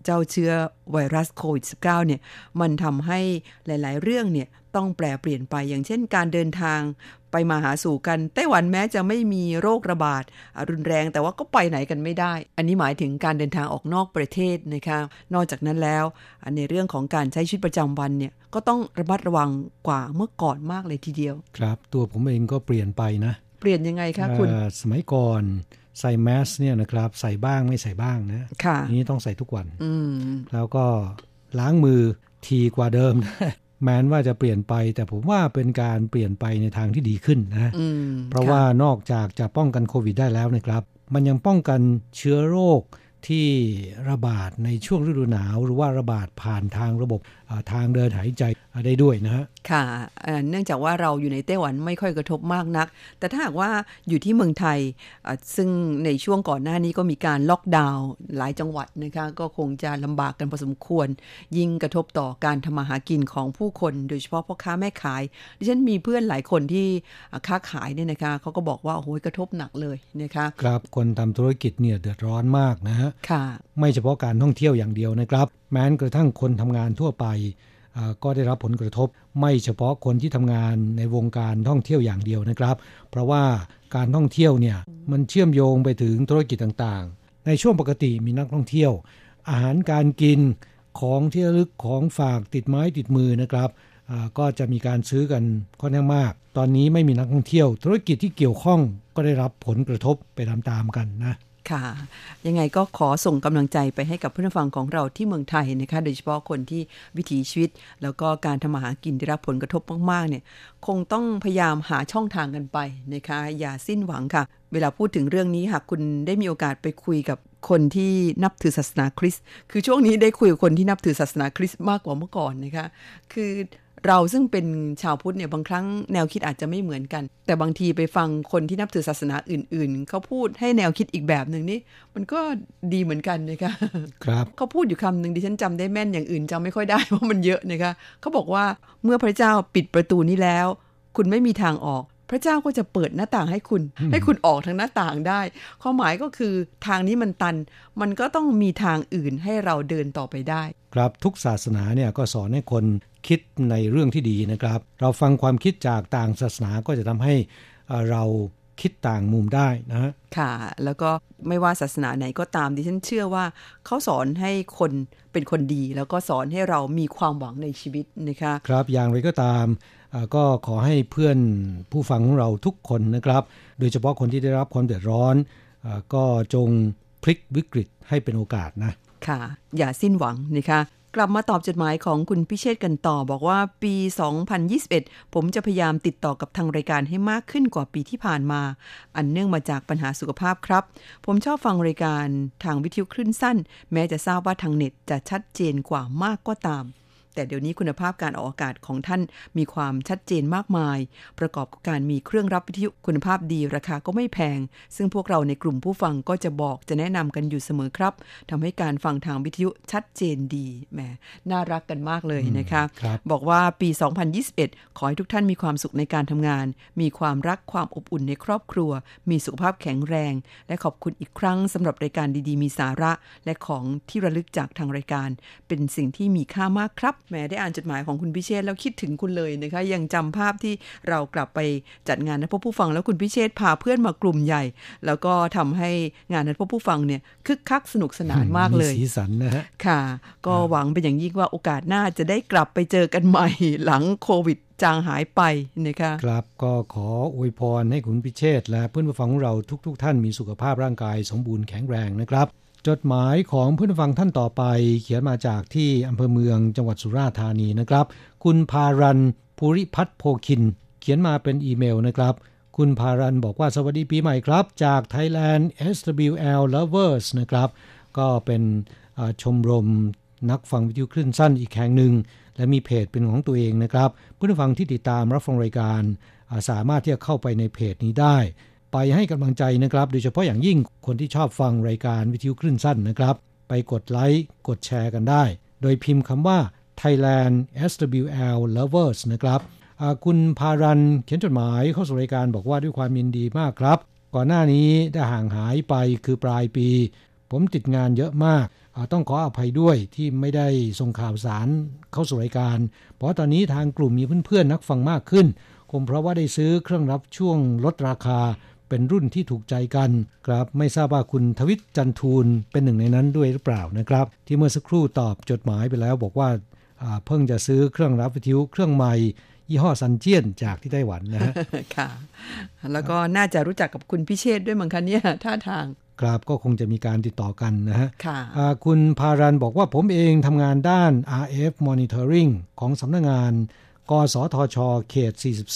S1: เจ้าเชื้อไวรัสโควิด -19 เนี่ยมันทำให้หลายๆเรื่องเนี่ยต้องแปรเปลี่ยนไปอย่างเช่นการเดินทางไปมาหาสู่กันไต้หวันแม้จะไม่มีโรคระบาดรุนแรงแต่ว่าก็ไปไหนกันไม่ได้อันนี้หมายถึงการเดินทางออกนอกประเทศนะคะนอกจากนั้นแล้วในเรื่องของการใช้ชีวิตประจำวันเนี่ยก็ต้องระมัดระวังกว่าเมื่อก่อนมากเลยทีเดียว
S2: ครับตัวผมเองก็เปลี่ยนไปนะ
S1: เปลี่ยนยังไงคะคุณ
S2: สมัยก่อนใส่แมสเนี่ยนะครับใส่บ้างไม่ใส่บ้างนะนี้ต้องใส่ทุกวันแล้วก็ล้างมือทีกว่าเดิมแม้ว่าจะเปลี่ยนไปแต่ผมว่าเป็นการเปลี่ยนไปในทางที่ดีขึ้นนะเพราะว่านอกจากจะป้องกันโควิดได้แล้วนะครับมันยังป้องกันเชื้อโรคที่ระบาดในช่วงฤดูหนาวหรือว่าระบาดผ่านทางระบบทางเดินหายใจได้ด้วยนะฮะ
S1: ค่ะเนื่องจากว่าเราอยู่ในไต้หวันไม่ค่อยกระทบมากนักแต่ถ้าหากว่าอยู่ที่เมืองไทยซึ่งในช่วงก่อนหน้านี้ก็มีการล็อกดาวน์หลายจังหวัดนะคะก็คงจะลำบากกันพอสมควรยิ่งกระทบต่อการทำมาหากินของผู้คนโดยเฉพาะพ่อค้าแม่ขายดิฉันมีเพื่อนหลายคนที่ค้าขายเนี่ยนะคะเขาก็บอกว่าโอ้โหกระทบหนักเลยนะคะ
S2: ครับคนทำธุรกิจเนี่ยเดือดร้อนมากนะฮะ
S1: ค่ะ
S2: ไม่เฉพาะการท่องเที่ยวอย่างเดียวนะครับแม้กระทั่งคนทำงานทั่วไปก็ได้รับผลกระทบไม่เฉพาะคนที่ทำงานในวงการท่องเที่ยวอย่างเดียวนะครับเพราะว่าการท่องเที่ยวเนี่ยมันเชื่อมโยงไปถึงธุรกิจต่างๆในช่วงปกติมีนักท่องเที่ยวอาหารการกินของที่ระลึกของฝากติดไม้ติดมือนะครับก็จะมีการซื้อกันค่อนข้างมากตอนนี้ไม่มีนักท่องเที่ยวธุรกิจที่เกี่ยวข้องก็ได้รับผลกระทบไปตามๆกันนะ
S1: ค่ะยังไงก็ขอส่งกำลังใจไปให้กับผู้ฟังของเราที่เมืองไทยนะคะโดยเฉพาะคนที่วิถีชีวิตแล้วก็การทำมาหากินได้รับผลกระทบมากๆเนี่ยคงต้องพยายามหาช่องทางกันไปนะคะอย่าสิ้นหวังค่ะเวลาพูดถึงเรื่องนี้หากคุณได้มีโอกาสไปคุยกับคนที่นับถือศาสนาคริสต์คือช่วงนี้ได้คุยกับคนที่นับถือศาสนาคริสต์มากกว่าเมื่อก่อนนะคะคือเราซึ่งเป็นชาวพุทธเนี่ยบางครั้งแนวคิดอาจจะไม่เหมือนกันแต่บางทีไปฟังคนที่นับถือศาสนาอื่นๆเขาพูดให้แนวคิดอีกแบบนึงนี่มันก็ดีเหมือนกันนะคะ
S2: ครับ
S1: เขาพูดอยู่คำนึงดิฉันจำได้แม่นอย่างอื่นจำไม่ค่อยได้เพราะมันเยอะนะคะเขาบอกว่าเมื่อพระเจ้าปิดประตูนี้แล้วคุณไม่มีทางออกพระเจ้าก็จะเปิดหน้าต่างให้คุณออกทางหน้าต่างได้ความหมายก็คือทางนี้มันตันมันก็ต้องมีทางอื่นให้เราเดินต่อไปได้
S2: ครับทุกศาสนาเนี่ยก็สอนให้คนคิดในเรื่องที่ดีนะครับเราฟังความคิดจากต่างศาสนาก็จะทำให้เราคิดต่างมุมได้นะฮะ
S1: ค่ะแล้วก็ไม่ว่าศาสนาไหนก็ตามดิฉันเชื่อว่าเขาสอนให้คนเป็นคนดีแล้วก็สอนให้เรามีความหวังในชีวิตนะคะ
S2: ครับอย่างไรก็ตามก็ขอให้เพื่อนผู้ฟังของเราทุกคนนะครับโดยเฉพาะคนที่ได้รับความเดือดร้อนก็จงพลิกวิกฤตให้เป็นโอกาสนะ
S1: ค่ะอย่าสิ้นหวังนะคะกลับมาตอบจดหมายของคุณพิเชษฐ์กันต่อบอกว่าปี 2021 ผมจะพยายามติดต่อกับทางรายการให้มากขึ้นกว่าปีที่ผ่านมาอันเนื่องมาจากปัญหาสุขภาพครับผมชอบฟังรายการทางวิทยุคลื่นสั้นแม้จะทราบว่าทางเน็ตจะชัดเจนกว่ามากก็ตามแต่เดี๋ยวนี้คุณภาพการออกอากาศของท่านมีความชัดเจนมากมายประกอบกับการมีเครื่องรับวิทยุคุณภาพดีราคาก็ไม่แพงซึ่งพวกเราในกลุ่มผู้ฟังก็จะบอกจะแนะนำกันอยู่เสมอครับทำให้การฟังทางวิทยุชัดเจนดีแหมน่ารักกันมากเลยนะคะบอกว่าปี 2021 ขอให้ทุกท่านมีความสุขในการทำงานมีความรักความอบอุ่นในครอบครัวมีสุขภาพแข็งแรงและขอบคุณอีกครั้งสำหรับรายการดีๆมีสาระและของที่ระลึกจากทางรายการเป็นสิ่งที่มีค่ามากครับแม้ได้อ่านจดหมายของคุณพิเชษฐ์แล้วคิดถึงคุณเลยนะคะยังจำภาพที่เรากลับไปจัดงานนัดพบผู้ฟังแล้วคุณพิเชษฐ์พาเพื่อนมากลุ่มใหญ่แล้วก็ทำให้งานนัดพบผู้ฟังเนี่ยคึกคักสนุกสนานมากเลย
S2: มีสีสันนะฮะ
S1: ค่ะก็หวังเป็นอย่างยิ่งว่าโอกาสหน้าจะได้กลับไปเจอกันใหม่หลังโควิดจางหายไปนะคะ
S2: ครับก็ขออวยพรให้คุณพิเชษฐ์และเพื่อนผู้ฟังของเราทุกท่านมีสุขภาพร่างกายสมบูรณ์แข็งแรงนะครับจดหมายของเพื่อนผู้ฟังท่านต่อไปเขียนมาจากที่อำเภอเมืองจังหวัดสุราษฎร์ธานีนะครับคุณพารันภูริพัฒน์โพคินเขียนมาเป็นอีเมลนะครับคุณพารันบอกว่าสวัสดีปีใหม่ครับจาก Thailand SWL Lovers นะครับก็เป็นชมรมนักฟังวิทยุคลื่นสั้นอีกแห่งหนึ่งและมีเพจเป็นของตัวเองนะครับเพื่อนผู้ฟังที่ติดตามรับฟังรายการสามารถที่จะเข้าไปในเพจนี้ได้ไปให้กำลังใจนะครับโดยเฉพาะอย่างยิ่งคนที่ชอบฟังรายการวิทยุคลื่นสั้นนะครับไปกดไลค์กดแชร์กันได้โดยพิมพ์คำว่า Thailand SWL Lovers นะครับคุณพารันเขียนจดหมายเข้าสู่รายการบอกว่าด้วยความยินดีมากครับก่อนหน้านี้ได้ห่างหายไปคือปลายปีผมติดงานเยอะมากต้องขออภัยด้วยที่ไม่ได้ส่งข่าวสารเข้าสู่รายการเพราะตอนนี้ทางกลุ่มมีเพื่อนๆนักฟังมากขึ้นคงเพราะว่าได้ซื้อเครื่องรับช่วงลดราคาเป็นรุ่นที่ถูกใจกันครับไม่ทราบว่าคุณทวิตจันทูลเป็นหนึ่งในนั้นด้วยหรือเปล่านะครับที่เมื่อสักครู่ตอบจดหมายไปแล้วบอกว่าเพิ่งจะซื้อเครื่องรับวิทยุเครื่องใหม่ยี่ห้อซันเจี้ยนจากที่ไต้หวันนะฮะ
S1: ค่ะแล้วก็น่าจะรู้จักกับคุณพิเชษด้วยมั้งคะเนี่ยท่าทาง
S2: ครับก็คงจะมีการติดต่อกันนะฮะ
S1: ค่ะ
S2: คุณพารันบอกว่าผมเองทำงานด้าน RF Monitoring ของสำนักงานกสทช.เขต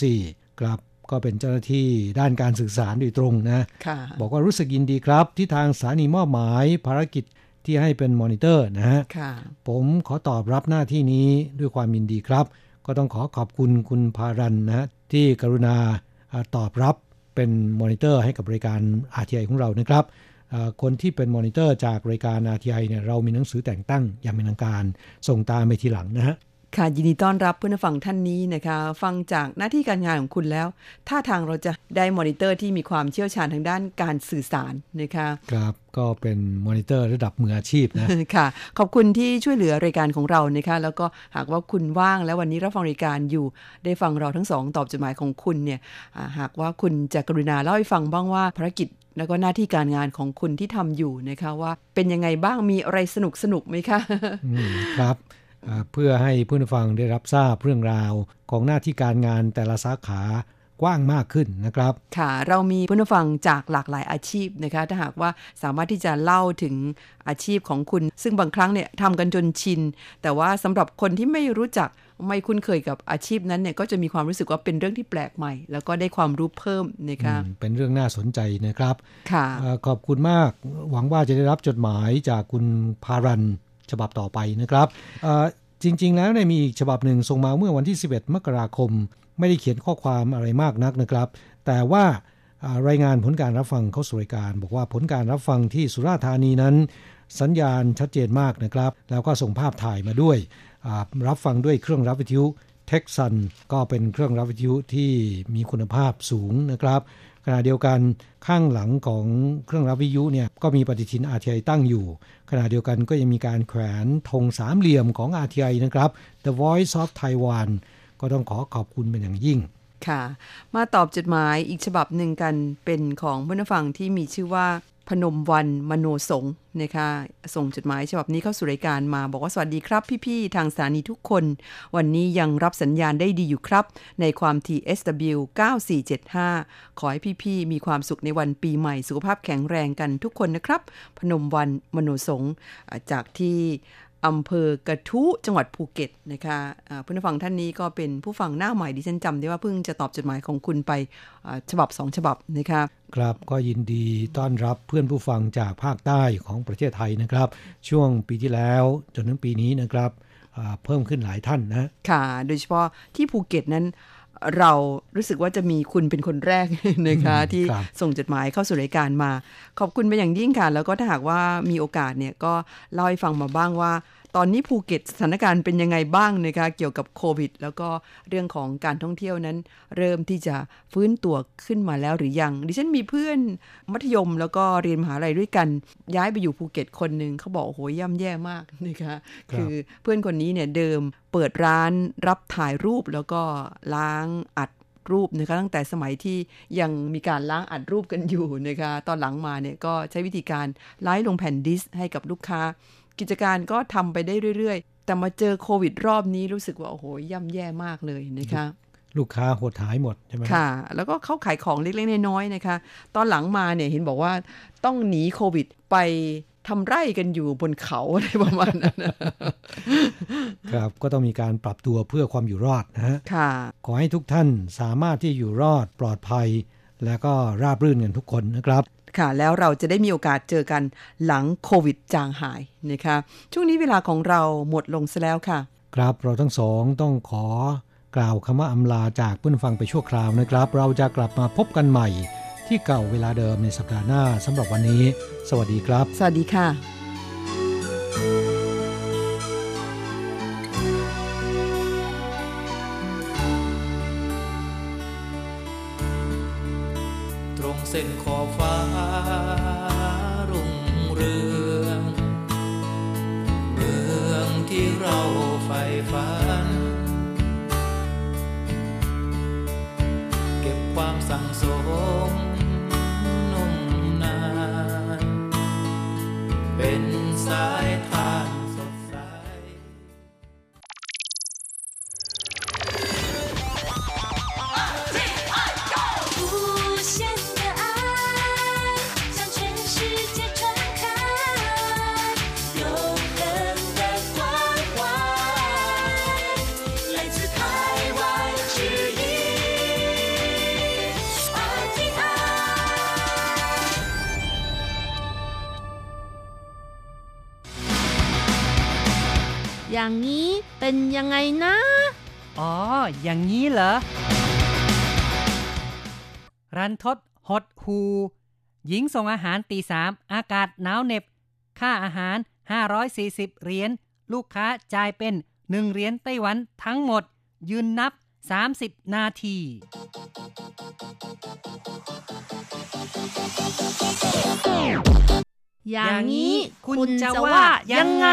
S2: 44 ครับก็เป็นเจ้าหน้าที่ด้านการสื่อสารโดยตรงนะบอกว่ารู้สึกยินดีครับที่ทางสถานีมอบหมายภารกิจที่ให้เป็นมอนิเตอร์นะฮะผมขอตอบรับหน้าที่นี้ด้วยความยินดีครับก็ต้องขอบคุณคุณพารันนะที่กรุณาตอบรับเป็นมอนิเตอร์ให้กับรายการ RTI ของเรานะครับคนที่เป็นมอนิเตอร์จากรายการ RTI เนี่ยเรามีหนังสือแต่งตั้งอย่างเป็นทางการส่งตามไปทีหลังนะฮะ
S1: ค่ะยินดีต้อนรับเพื่อนฟังท่านนี้นะคะฟังจากหน้าที่การงานของคุณแล้วท่าทางเราจะได้มอนิเตอร์ที่มีความเชี่ยวชาญทางด้านการสื่อสารนะคะ
S2: ครับก็เป็นมอนิเตอร์ระดับมืออาชีพนะ
S1: ค่ะขอบคุณที่ช่วยเหลือรายการของเรานะคะแล้วก็หากว่าคุณว่างแล้ววันนี้รับฟังรายการอยู่ได้ฟังเราทั้งสองตอบจดหมายของคุณเนี่ยหากว่าคุณจะกรุณาเล่าให้ฟังบ้างว่าภารกิจแล้วก็หน้าที่การงานของคุณที่ทำอยู่นะคะว่าเป็นยังไงบ้างมีอะไรสนุกไหมคะ
S2: ครับเพื่อให้ผู้ฟังได้รับทราบเรื่องราวของหน้าที่การงานแต่ละสาขากว้างมากขึ้นนะครับ
S1: ค่ะเรามีผู้ฟังจากหลากหลายอาชีพนะคะถ้าหากว่าสามารถที่จะเล่าถึงอาชีพของคุณซึ่งบางครั้งเนี่ยทำกันจนชินแต่ว่าสำหรับคนที่ไม่รู้จักไม่คุ้นเคยกับอาชีพนั้นเนี่ยก็จะมีความรู้สึกว่าเป็นเรื่องที่แปลกใหม่แล้วก็ได้ความรู้เพิ่มนะคะ
S2: เป็นเรื่องน่าสนใจนะครับ
S1: ค่ะ
S2: ขอบคุณมากหวังว่าจะได้รับจดหมายจากคุณพารันฉบับต่อไปนะครับจริงๆแล้วเนี่ยมีอีกฉบับหนึ่งส่งมาเมื่อวันที่11มกราคมไม่ได้เขียนข้อความอะไรมากนักนะครับแต่ว่ารายงานผลการรับฟังเข้าสู่รายการบอกว่าผลการรับฟังที่สุราษฎร์ธานีนั้นสัญญาณชัดเจนมากนะครับแล้วก็ส่งภาพถ่ายมาด้วยรับฟังด้วยเครื่องรับวิทยุ Texan ก็เป็นเครื่องรับวิทยุที่มีคุณภาพสูงนะครับขณะเดียวกันข้างหลังของเครื่องรับวิทยุเนี่ยก็มีปฏิทิน RTI ตั้งอยู่ขณะเดียวกันก็ยังมีการแขวนธงสามเหลี่ยมของ RTI นะครับ The Voice of Taiwan ก็ต้องขอบคุณเป็นอย่างยิ่ง
S1: ค่ะมาตอบจดหมายอีกฉบับหนึ่งกันเป็นของผู้ฟังที่มีชื่อว่าพนมวันมโนสงฆ์นะคะส่งจดหมายฉบับนี้เข้าสู่รายการมาบอกว่าสวัสดีครับพี่ๆทางสถานีทุกคนวันนี้ยังรับสัญญาณได้ดีอยู่ครับในความถี่ SW 9475ขอให้พี่ๆมีความสุขในวันปีใหม่สุขภาพแข็งแรงกันทุกคนนะครับพนมวันมโนสงฆ์จากที่อำเภอกระทู้จังหวัดภูเก็ตนะคะผู้ฟังท่านนี้ก็เป็นผู้ฟังหน้าใหม่ดิฉันจำได้ว่าเพิ่งจะตอบจดหมายของคุณไปฉบับ2ฉบับนะคะ
S2: ครับก็ยินดีต้อนรับเพื่อนผู้ฟังจากภาคใต้ของประเทศไทยนะครับช่วงปีที่แล้วจนถึงปีนี้นะครับเพิ่มขึ้นหลายท่านนะ
S1: ค่ะโดยเฉพาะที่ภูเก็ตนั้นเรารู้สึกว่าจะมีคุณเป็นคนแรกนะคะที่ส่งจดหมายเข้าสู่รายการมาขอบคุณเป็นอย่างยิ่งค่ะแล้วก็ถ้าหากว่ามีโอกาสเนี่ยก็เล่าให้ฟังมาบ้างว่าตอนนี้ภูเก็ตสถานการณ์เป็นยังไงบ้างนะคะเกี่ยวกับโควิดแล้วก็เรื่องของการท่องเที่ยวนั้นเริ่มที่จะฟื้นตัวขึ้นมาแล้วหรือยังดิฉันมีเพื่อนมัธยมแล้วก็เรียนมหาลัยด้วยกันย้ายไปอยู่ภูเก็ตคนนึงเขาบอกโอ้โหย่ำแย่มากนะคะคือเพื่อนคนนี้เนี่ยเดิมเปิดร้านรับถ่ายรูปแล้วก็ล้างอัดรูปนะคะตั้งแต่สมัยที่ยังมีการล้างอัดรูปกันอยู่นะคะตอนหลังมาเนี่ยก็ใช้วิธีการไลฟ์ลงแผ่นดิสก์ให้กับลูกค้ากิจการก็ทำไปได้เรื่อยๆแต่มาเจอโควิดรอบนี้รู้สึกว่าโอ้โหย่ำแย่มากเลยนะคะ
S2: ลูกค้าหดหายหมดใช่ไหม
S1: ค่ะแล้วก็เขาขายของเล็กๆน้อยๆนะคะตอนหลังมาเนี่ยเห็นบอกว่าต้องหนีโควิดไปทำไร่กันอยู่บนเขาอะไรประมาณนั้น
S2: ครับก็ต้องมีการปรับตัวเพื่อความอยู่รอดนะฮะ
S1: ค่ะ
S2: ขอให้ทุกท่านสามารถที่อยู่รอดปลอดภัยและก็ราบรื่นกันทุกคนนะครับ
S1: ค่ะแล้วเราจะได้มีโอกาสเจอกันหลังโควิดจางหายนะคะช่วงนี้เวลาของเราหมดลงซะแล้วค่ะ
S2: ครับเราทั้งสองต้องขอกล่าวคำว่าอำลาจากผู้ฟังไปชั่วคราวนะครับเราจะกลับมาพบกันใหม่ที่เก่าเวลาเดิมในสัปดาห์หน้าสำหรับวันนี้สวัสดีครับ
S1: สวัสดีค่ะ
S3: ตรงเส้นขอบฟ้ารุ่งเรืองฝันเก็บความสั่งสมนุ่มนานเป็นสายทางสดใส
S4: อย่างนี้เป็นยังไงนะ
S5: อ๋ออย่างนี้เหรอรันทดหดหูหญิงส่งอาหารตี 3อากาศหนาวเหน็บค่าอาหาร540เหรียญลูกค้าจ่ายเป็น1เหรียญไต้หวันทั้งหมดยืนนับ30นาที
S4: อย่างนี้คุณจะว่ายังไง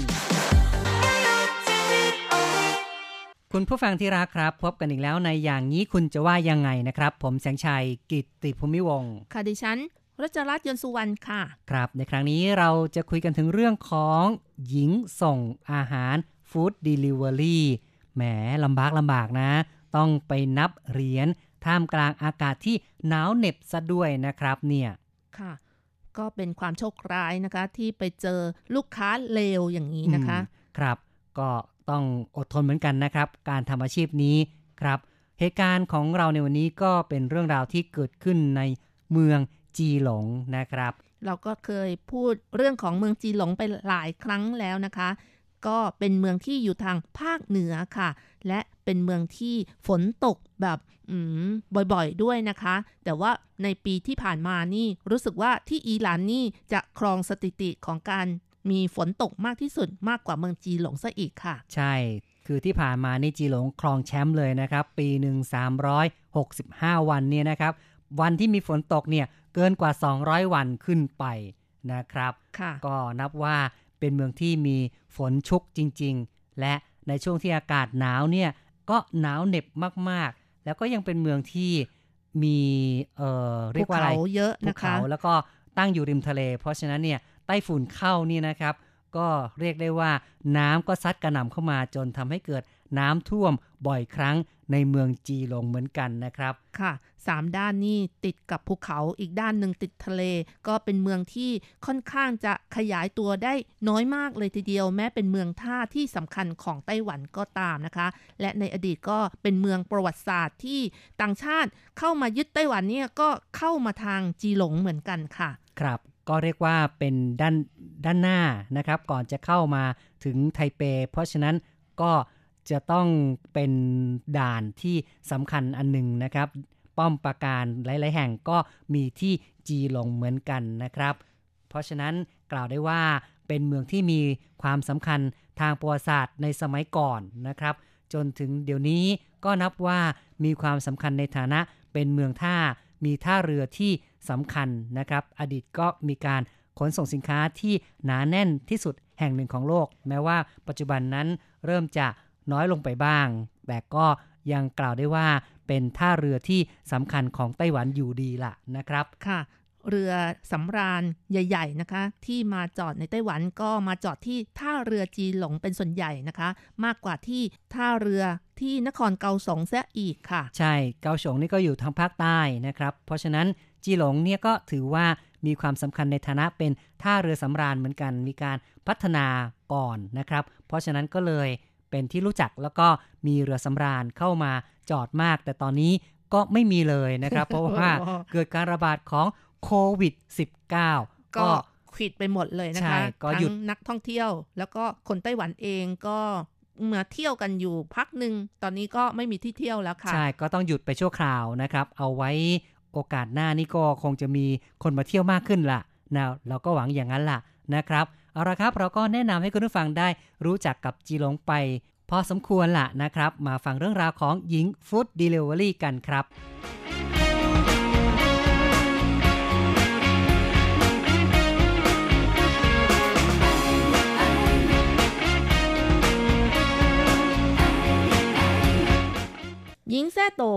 S5: คุณผู้ฟังที่รักครับพบกันอีกแล้วในอย่างนี้คุณจะว่ายังไงนะครับผมแสงชัยกิตติภูมิวงศ์
S4: ค่ะดิฉันรัชรัตน์ยนต์สุวรรณค่ะ
S5: ครับในครั้งนี้เราจะคุยกันถึงเรื่องของหญิงส่งอาหารฟู้ดเดลิเวอรี่แหมลำบากนะต้องไปนับเหรียญท่ามกลางอากาศที่หนาวเหน็บซะด้วยนะครับเนี่ย
S4: ค่ะก็เป็นความโชคร้ายนะคะที่ไปเจอลูกค้าเลวอย่างนี้นะคะ
S5: ครับก็ต้องอดทนเหมือนกันนะครับการทำอาชีพนี้ครับเหตุการณ์ของเราในวันนี้ก็เป็นเรื่องราวที่เกิดขึ้นในเมืองจีหลงนะครับ
S4: เราก็เคยพูดเรื่องของเมืองจีหลงไปหลายครั้งแล้วนะคะก็เป็นเมืองที่อยู่ทางภาคเหนือค่ะและเป็นเมืองที่ฝนตกแบบบ่อยๆด้วยนะคะแต่ว่าในปีที่ผ่านมานี่รู้สึกว่าที่อิหร่านนี่จะครองสถิติของการมีฝนตกมากที่สุดมากกว่าเมืองจีหลงซะอีกค่ะ
S5: ใช่คือที่ผ่านมานี่จีหลงครองแชมป์เลยนะครับปีหนึ่ง365วันเนี่ยนะครับวันที่มีฝนตกเนี่ยเกินกว่า200วันขึ้นไปนะครับก็นับว่าเป็นเมืองที่มีฝนชุกจริงๆและในช่วงที่อากาศหนาวเนี่ยก็หนาวเหน็บมากๆแล้วก็ยังเป็นเมืองที่มีเรียกว่าอะไร
S4: ภูเขาเยอะนะคะ
S5: ภูเขาแล้วก็ตั้งอยู่ริมทะเลเพราะฉะนั้นเนี่ยไต้ฝุ่นเข้านี่นะครับก็เรียกได้ว่าน้ำก็ซัดกระหน่ำเข้ามาจนทำให้เกิดน้ำท่วมบ่อยครั้งในเมืองจีหลงเหมือนกันนะครับ
S4: ค่ะ3ด้านนี่ติดกับภูเขาอีกด้านหนึ่งติดทะเลก็เป็นเมืองที่ค่อนข้างจะขยายตัวได้น้อยมากเลยทีเดียวแม้เป็นเมืองท่าที่สำคัญของไต้หวันก็ตามนะคะและในอดีตก็เป็นเมืองประวัติศาสตร์ที่ต่างชาติเข้ามายึดไต้หวันเนี่ยก็เข้ามาทางจีหลงเหมือนกันค่ะ
S5: ครับก็เรียกว่าเป็นด้านหน้านะครับก่อนจะเข้ามาถึงไทเปเพราะฉะนั้นก็จะต้องเป็นด่านที่สำคัญอันหนึ่งนะครับป้อมปราการหลายๆแห่งก็มีที่จีหลงเหมือนกันนะครับเพราะฉะนั้นกล่าวได้ว่าเป็นเมืองที่มีความสำคัญทางประวัติศาสตร์ในสมัยก่อนนะครับจนถึงเดี๋ยวนี้ก็นับว่ามีความสำคัญในฐานะเป็นเมืองท่ามีท่าเรือที่สำคัญนะครับอดีตก็มีการขนส่งสินค้าที่หนาแน่นที่สุดแห่งหนึ่งของโลกแม้ว่าปัจจุบันนั้นเริ่มจะน้อยลงไปบ้างแต่ก็ยังกล่าวได้ว่าเป็นท่าเรือที่สำคัญของไต้หวันอยู่ดีล่ะนะครับ
S4: ค่ะเรือสำราญใหญ่ๆนะคะที่มาจอดในไต้หวันก็มาจอดที่ท่าเรือจีหลงเป็นส่วนใหญ่นะคะมากกว่าที่ท่าเรือที่นครเกาสงเสียอีกค่ะ
S5: ใช่เกาสงนี่ก็อยู่ทางภาคใต้นะครับเพราะฉะนั้นจีหลงเนี่ยก็ถือว่ามีความสำคัญในฐานะเป็นท่าเรือสำราญเหมือนกันมีการพัฒนาก่อนนะครับเพราะฉะนั้นก็เลยเป็นที่รู้จักแล้วก็มีเรือสำราญเข้ามาจอดมากแต่ตอนนี้ก็ไม่มีเลยนะครับ เพราะว่าเกิดการระบาดของโควิด -19
S4: ก็ขิดไปหมดเลยนะคะทั้งนักท่องเที่ยวแล้วก็คนไต้หวันเองก็มาเที่ยวกันอยู่พักนึงตอนนี้ก็ไม่มีที่เที่ยวแล้วค่ะ
S5: ใช่ก็ต้องหยุดไปชั่วคราวนะครับเอาไว้โอกาสหน้านี่ก็คงจะมีคนมาเที่ยวมากขึ้นล่ะนะเราก็หวังอย่างนั้นล่ะนะครับเอาละครับเราก็แนะนำให้คุณผู้ฟังได้รู้จักกับจีหลงไปพอสมควรล่ะนะครับมาฟังเรื่องราวของหญิงฟู้ดเดลิเวอรี่กันครับ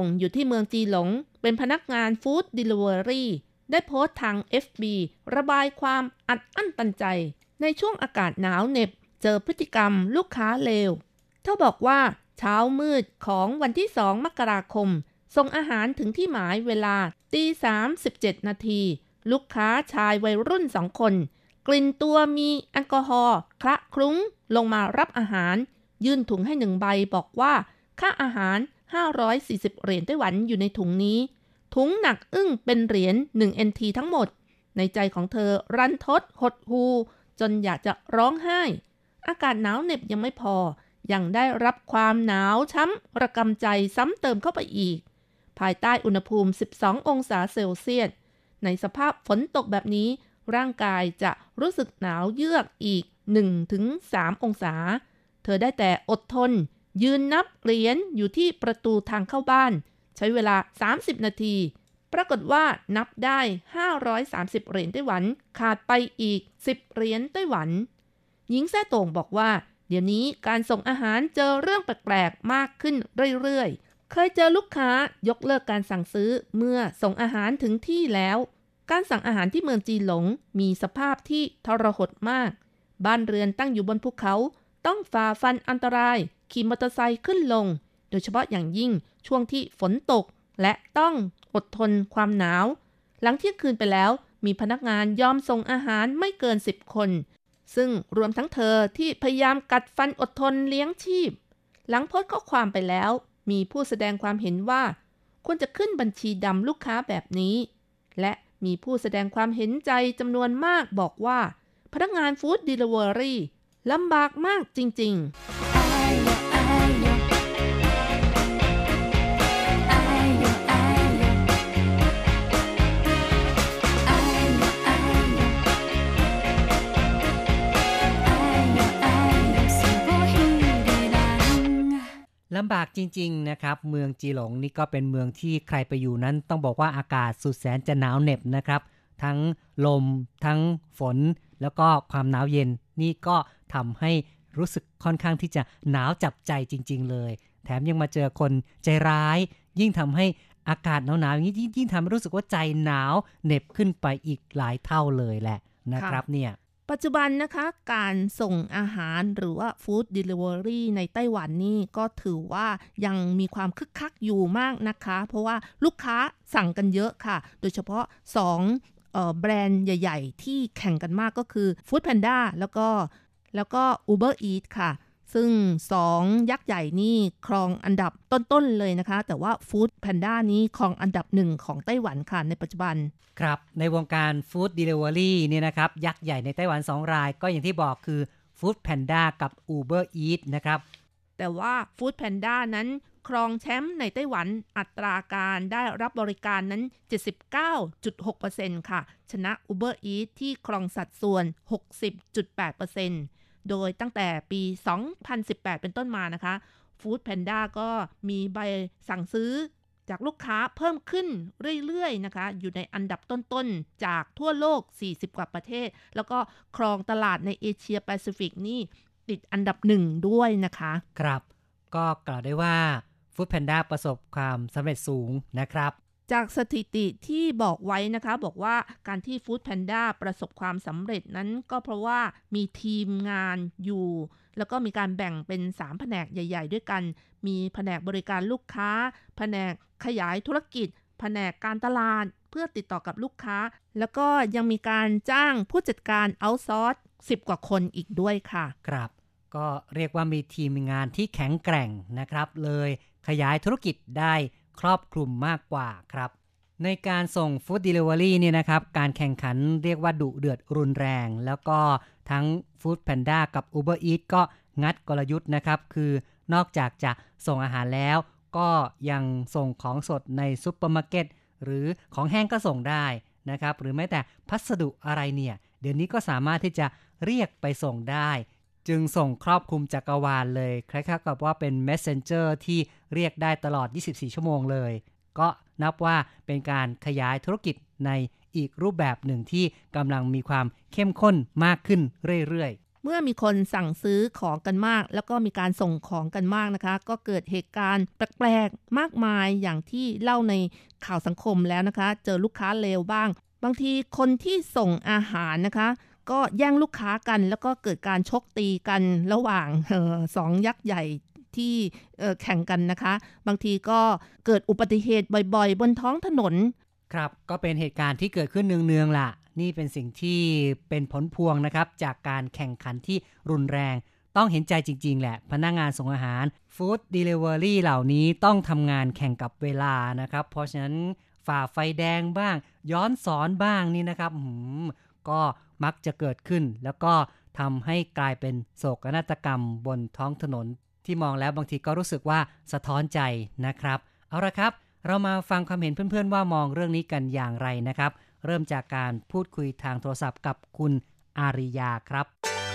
S4: งอยู่ที่เมืองจีหลงเป็นพนักงานฟู้ดดิลิเวอรี่ได้โพสต์ทาง FB ระบายความอัดอั้นตันใจในช่วงอากาศหนาวเหน็บเจอพฤติกรรมลูกค้าเลวเธอบอกว่าเช้ามืดของวันที่2 มกราคมส่งอาหารถึงที่หมายเวลา 3:17 นาทีลูกค้าชายวัยรุ่น2 คนกลิ่นตัวมีแอลกอฮอล์คละคลุ้งลงมารับอาหารยื่นถุงให้1 ใบบอกว่าค่าอาหาร540 เหรียญไต้หวันอยู่ในถุงนี้ถุงหนักอึ้งเป็นเหรียญ1 NT ทั้งหมดในใจของเธอรันทดหดหู่จนอยากจะร้องไห้อากาศหนาวเหน็บยังไม่พอยังได้รับความหนาวช้ำระกำใจซ้ำเติมเข้าไปอีกภายใต้อุณหภูมิ12 องศาเซลเซียสในสภาพฝนตกแบบนี้ร่างกายจะรู้สึกหนาวเยือกอีก 1-3 องศาเธอได้แต่อดทนยืนนับเหรียญอยู่ที่ประตูทางเข้าบ้านใช้เวลา30 นาทีปรากฏว่านับได้530 เหรียญไต้หวันขาดไปอีก10 เหรียญไต้หวันหญิงแซ่โต่งบอกว่าเดี๋ยวนี้การส่งอาหารเจอเรื่องแปลกๆมากขึ้นเรื่อยๆเคยเจอลูกค้ายกเลิกการสั่งซื้อเมื่อส่งอาหารถึงที่แล้วการสั่งอาหารที่เมืองจีหลงมีสภาพที่ทรหดมากบ้านเรือนตั้งอยู่บนภูเขาต้องฝ่าฟันอันตรายขี่มอเตอร์ไซค์ขึ้นลงโดยเฉพาะอย่างยิ่งช่วงที่ฝนตกและต้องอดทนความหนาวหลังเที่ยงคืนไปแล้วมีพนักงานยอมส่งอาหารไม่เกิน10 คนซึ่งรวมทั้งเธอที่พยายามกัดฟันอดทนเลี้ยงชีพหลังโพสต์ข้อความไปแล้วมีผู้แสดงความเห็นว่าควรจะขึ้นบัญชีดำลูกค้าแบบนี้และมีผู้แสดงความเห็นใจจำนวนมากบอกว่าพนักงานฟู้ดดิลิเวอรี่ลำบากมากจริงๆ
S5: ลำบากจริงๆนะครับเมืองจีหลงนี่ก็เป็นเมืองที่ใครไปอยู่นั้นต้องบอกว่าอากาศสุดแสนจะหนาวเหน็บนะครับทั้งลมทั้งฝนแล้วก็ความหนาวเย็นนี่ก็ทำให้รู้สึกค่อนข้างที่จะหนาวจับใจจริงๆเลยแถมยังมาเจอคนใจร้ายยิ่งทำให้อากาศหนาวๆอย่างนี้ยิ่งทำให้รู้สึกว่าใจหนาวเหน็บขึ้นไปอีกหลายเท่าเลยแหละนะครับเนี่ย
S4: ปัจจุบันนะคะการส่งอาหารหรือว่าฟู้ดเดลิเวอรี่ในไต้หวันนี่ก็ถือว่ายังมีความคึกคักอยู่มากนะคะเพราะว่าลูกค้าสั่งกันเยอะค่ะโดยเฉพาะ2แบรนด์ใหญ่ๆที่แข่งกันมากก็คือ Food Panda แล้วก็ Uber Eats ค่ะซึ่ง2ยักษ์ใหญ่นี่ครองอันดับต้นๆเลยนะคะแต่ว่า Food Panda นี้ครองอันดับ1ของไต้หวันค่ะในปัจจุบัน
S5: ครับในวงการ Food Delivery เนี่ยนะครับยักษ์ใหญ่ในไต้หวัน2 รายก็อย่างที่บอกคือ Food Panda กับ Uber Eats นะครับ
S4: แต่ว่า Food Panda นั้นครองแชมป์ในไต้หวันอัตราการได้รับบริการนั้น 79.6% ค่ะชนะ Uber Eats ที่ครองสัดส่วน 60.8%โดยตั้งแต่ปี 2018 เป็นต้นมานะคะ Food Panda ก็มีใบสั่งซื้อจากลูกค้าเพิ่มขึ้นเรื่อยๆนะคะอยู่ในอันดับต้นๆจากทั่วโลก40 กว่าประเทศแล้วก็ครองตลาดในเอเชียแปซิฟิกนี่ติดอันดับ1ด้วยนะคะ
S5: ครับก็กล่าวได้ว่า Food Panda ประสบความสำเร็จสูงนะครับ
S4: จากสถิติที่บอกไว้นะคะบอกว่าการที่ Food Panda ประสบความสำเร็จนั้นก็เพราะว่ามีทีมงานอยู่แล้วก็มีการแบ่งเป็น3แผนกใหญ่ๆด้วยกันมีแผนกบริการลูกค้าแผนกขยายธุรกิจแผนกการตลาดเพื่อติดต่อกับลูกค้าแล้วก็ยังมีการจ้างผู้จัดการเอาท์ซอร์ส10 กว่าคนอีกด้วยค่ะ
S5: ครับก็เรียกว่ามีทีมงานที่แข็งแกร่งนะครับเลยขยายธุรกิจได้ครอบคลุมมากกว่าครับในการส่ง Food Delivery เนี่ยนะครับการแข่งขันเรียกว่าดุเดือดรุนแรงแล้วก็ทั้ง Food Panda กับ Uber Eats ก็งัดกลยุทธ์นะครับคือนอกจากจะส่งอาหารแล้วก็ยังส่งของสดในซุปเปอร์มาร์เก็ตหรือของแห้งก็ส่งได้นะครับหรือแม้แต่พัสดุอะไรเนี่ยเดี๋ยวนี้ก็สามารถที่จะเรียกไปส่งได้จึงส่งครอบคลุมจักรวาลเลยคล้ายๆกับว่าเป็น Messenger ที่เรียกได้ตลอด24 ชั่วโมงเลยก็นับว่าเป็นการขยายธุรกิจในอีกรูปแบบหนึ่งที่กำลังมีความเข้มข้นมากขึ้นเรื่อย
S4: เมื่อมีคนสั่งซื้อของกันมากแล้วก็มีการส่งของกันมากนะคะก็เกิดเหตุการณ์แปลกๆมากมายอย่างที่เล่าในข่าวสังคมแล้วนะคะเจอลูกค้าเลวบ้างบางทีคนที่ส่งอาหารนะคะก็แย่งลูกค้ากันแล้วก็เกิดการชกตีกันระหว่างสองยักษ์ใหญ่ที่แข่งกันนะคะบางทีก็เกิดอุบัติเหตุบ่อยๆบนท้องถนน
S5: ครับก็เป็นเหตุการณ์ที่เกิดขึ้นเนืองๆล่ะนี่เป็นสิ่งที่เป็นผลพวงนะครับจากการแข่งขันที่รุนแรงต้องเห็นใจจริงๆแหละพนักงานส่งอาหารฟู้ดเดลิเวอรี่เหล่านี้ต้องทำงานแข่งกับเวลานะครับเพราะฉะนั้นฝ่าไฟแดงบ้างย้อนสอนบ้างนี่นะครับก็มักจะเกิดขึ้นแล้วก็ทำให้กลายเป็นโศกนาฏกรรมบนท้องถนนที่มองแล้วบางทีก็รู้สึกว่าสะท้อนใจนะครับเอาละครับเรามาฟังความเห็นเพื่อนๆว่ามองเรื่องนี้กันอย่างไรนะครับเริ่มจากการพูดคุยทางโทรศัพท์กับคุณอาริยาครับ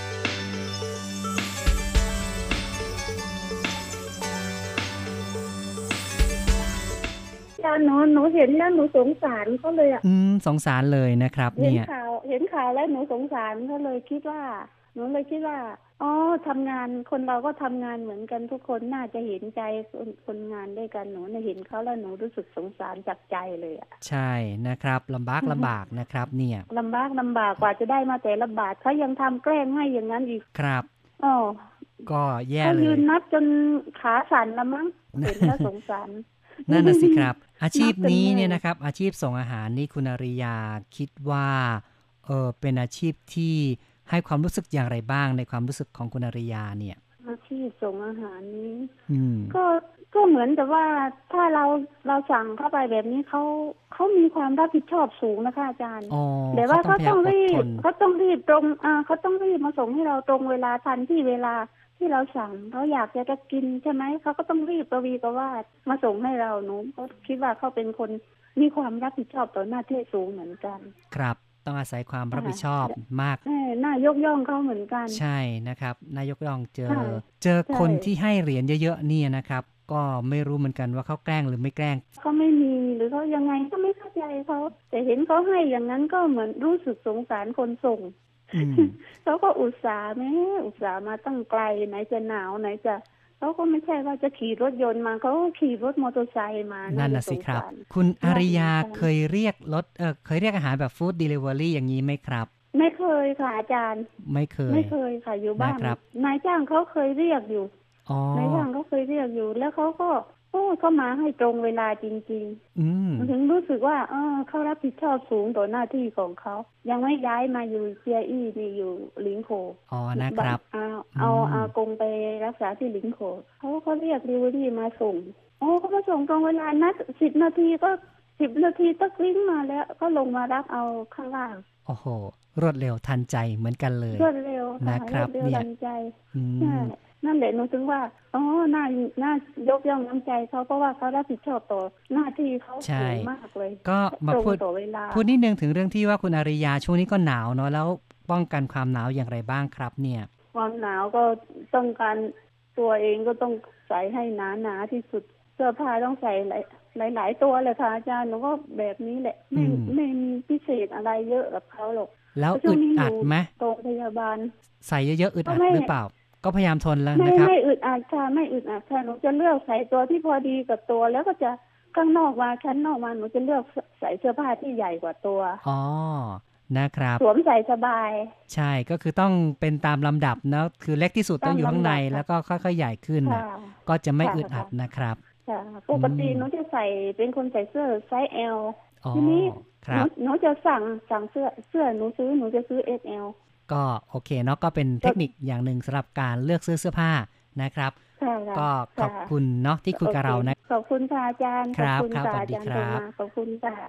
S6: หนูเห็นแล้วหนูสงสารเขาเลยอ่ะ
S5: สงสารเลยนะครับเนี่ย
S6: เห็นข่าวแล้วหนูสงสารเขาเลยคิดว่าอ๋อทำงานคนเราก็ทำงานเหมือนกันทุกคนน่าจะเห็นใจคนงานด้วยกันหนูเห็นเขาแล้วหนูรู้สึกสงสารจากใจเลยอ่ะ
S5: ใช่นะครับลำบากนะครับเนี่ย
S6: ลำบากกว่าจะได้มาแต่ละบาทเขายังทำแกล้งให้อย่างนั้นอีก
S5: ครับก็แย่เลย
S6: เขายืนนับจนขาสั่นละมั้งเห็นแล้วสงสาร
S5: นั่นน่ะสิครับอาชีพนี้เนี่ยนะครับอาชีพส่งอาหารนี่คุณอาริยาคิดว่าเป็นอาชีพที่ให้ความรู้สึกอย่างไรบ้างในความรู้สึกของคุณอาริยาเนี่ย
S6: อาชีพส่งอาหารนี้ก็เหมือนแต่ว่าถ้าเราสั่งเข้าไปแบบนี้เขามีความรับผิดชอบสูงนะคะอาจารย์แต่ว่าเขาต้องรีบตรงเขาต้องรีบมาส่งให้เราตรงเวลาทันที่เวลาที่เราสั่งเขาอยากจะกินใช่ไหมเขาก็ต้องรีบประวีประวาดมาส่งให้เราหนูก็คิดว่าเขาเป็นคนมีความรับผิดชอบต่อหน้าที่สูงเหมือนกัน
S5: ครับต้องอาศัยความรับผิดชอบมาก
S6: น่ายกย่องเขาเหมือนกัน
S5: ใช่นะครับนายกย่องเจอคนที่ให้เหรียญเยอะๆนี่นะครับก็ไม่รู้เหมือนกันว่าเขาแกล้งหรือไม่แกล้ง
S6: เขาไม่มีหรือเขายังไงก็ไม่เข้าใจเขาแต่เห็นเขาให้อย่างนั้นก็เหมือนรู้สึกสงสารคนส่งเขาก็อุตส่าห์มาตั้งไกลไหนจะหนาวไหนจะเขาก็ไม่ใช่ว่าจะขี่รถยนต์มาเขาก็ขี่รถมอเตอร์ไซค์มา
S5: นั่นน่ะสิครับคุณอาริยาเคยเรียกอาหารแบบฟู้ดเดลิเวอรี่อย่างนี้ไหมครับ
S6: ไม่เคยค่ะอาจารย์ไม่เคยค่ะอยู่บ้านนายจ้างเขาเคยเรียกอยู่นายจ้างเขาเคยเรียกอยู่แล้วเขาก็เขามาให้ตรงเวลาจริงๆถึงรู้สึกว่าเขารับผิดชอบสูงต่อหน้าที่ของเขายังไม่ย้ายมาอยู่เซียอี้นี่อยู่ลิงโค
S5: นะครับ
S6: เอากงไปรักษาที่ลิงโคเขาเรียกดิวรี่มาส่งเขามาส่งตรงเวลานัด10 นาทีก็10 นาทีตักลิงมาแล้วก็ลงมารับเอาข้างล่าง
S5: โอ้โหรวดเร็วทันใจเหมือนกันเลย
S6: รวดเร็ว
S5: นะครับ
S6: เนี่ยทันใจนั่นแหละหนูถึงว่าน่ายกย่องน้ำใจเขาเพราะว่าเขารับผิดชอบต่อหน้าที่เขาสูงมากเลย
S5: ก็มาพูดนิดนึงถึงเรื่องที่ว่าคุณอาริยาช่วงนี้ก็หนาวเนาะแล้วป้องกันความหนาวอย่างไรบ้างครับเนี่ย
S6: ความหนาวก็ต้องการตัวเองก็ต้องใส่ให้หนาที่สุดเสื้อผ้าต้องใส่หลายตัวเลยค่ะอาจารย์หนูก็แบบนี้แหละไม่มีพิเศษอะไรเยอะกับเขาหรอก
S5: แล้วอึดอัดไหม
S6: โรงพยาบาล
S5: ใส่เยอะๆอึดอัดหรือเปล่าก็พยายามทนแล้วนะครับ
S6: ไม่อึดอัดค่ะไม่อึดอัดค่ะหนูจะเลือกใส่ตัวที่พอดีกับตัวแล้วก็จะข้างนอกมาชั้นนอกมาหนูจะเลือกใส่เสื้อผ้าที่ใหญ่กว่าตัว
S5: นะครับ
S6: สวมใส่สบาย
S5: ใช่ก็คือต้องเป็นตามลำดับนะคือเล็กที่สุดต้องอยู่ข้างในแล้วก็ค่อยๆใหญ่ขึ้นก็จะไม่อึดอัดนะครับ
S6: ปกติหนูจะใส่เป็นคนใส่เสื้อไซส์ L ทีนี้หนูจะสั่งเสื้อหนูจะซื้อ XL
S5: ก็โอเคเนาะก็เป็นเทคนิคอย่างหนึ่งสำหรับการเลือกซื้อเสื้อผ้านะครับก็ขอบคุณเนาะที่คุยกับเรานะ
S6: ขอบคุณค่ะอาจารย์
S5: ครับสวัสดีครับ
S6: ขอบคุณค่ะ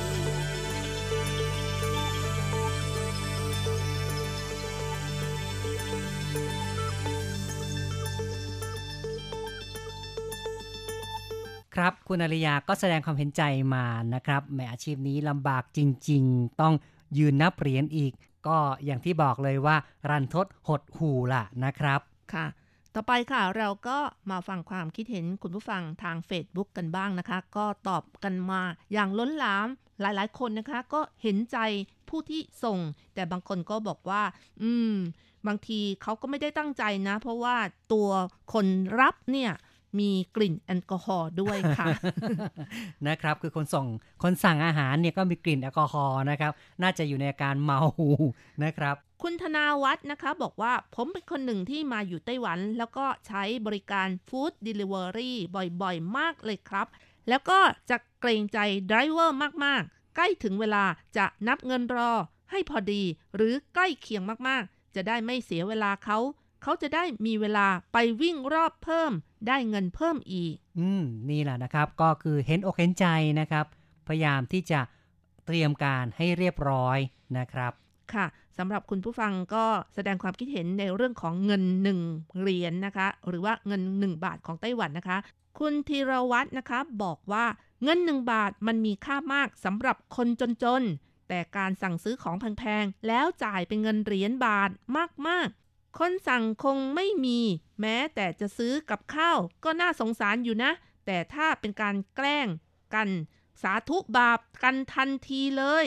S5: ครับคุณอาริยาก็แสดงความเห็นใจมานะครับแม้อาชีพนี้ลำบากจริงๆต้องยืนนับเหรียญอีกก็อย่างที่บอกเลยว่ารันทดหดหู่ล่ะนะครับ
S4: ค่ะต่อไปค่ะเราก็มาฟังความคิดเห็นคุณผู้ฟังทาง Facebook กันบ้างนะคะก็ตอบกันมาอย่างล้นหลามหลายๆคนนะคะก็เห็นใจผู้ที่ส่งแต่บางคนก็บอกว่าบางทีเขาก็ไม่ได้ตั้งใจนะเพราะว่าตัวคนรับเนี่ยมีกลิ่นแอลกอฮอล์ด้วยค่ะ
S5: นะครับคือคนสั่งอาหารเนี่ยก็มีกลิ่นแอลกอฮอล์นะครับน่าจะอยู่ในอาการเมานะครับ
S4: คุณธนาวัฒน์นะคะบอกว่าผมเป็นคนหนึ่งที่มาอยู่ไต้หวันแล้วก็ใช้บริการฟู้ดเดลิเวอรี่บ่อยๆมากเลยครับแล้วก็จะเกรงใจไดรเวอร์มากๆใกล้ถึงเวลาจะนับเงินรอให้พอดีหรือใกล้เคียงมากๆจะได้ไม่เสียเวลาเขาจะได้มีเวลาไปวิ่งรอบเพิ่มได้เงินเพิ่มอีก
S5: นี่แหละนะครับก็คือเห็นอกเห็นใจนะครับพยายามที่จะเตรียมการให้เรียบร้อยนะครับ
S4: ค่ะสำหรับคุณผู้ฟังก็แสดงความคิดเห็นในเรื่องของเงิน1เหรียญนะคะหรือว่าเงิน1บาทของไต้หวันนะคะคุณธีรวัฒน์นะคะบอกว่าเงิน1บาทมันมีค่ามากสำหรับคนจนๆแต่การสั่งซื้อของแพงๆแล้วจ่ายเป็นเงินเหรียญบาทมากๆคนสั่งคงไม่มีแม้แต่จะซื้อกับข้าวก็น่าสงสารอยู่นะแต่ถ้าเป็นการแกล้งกันสาธุบาปกันทันทีเลย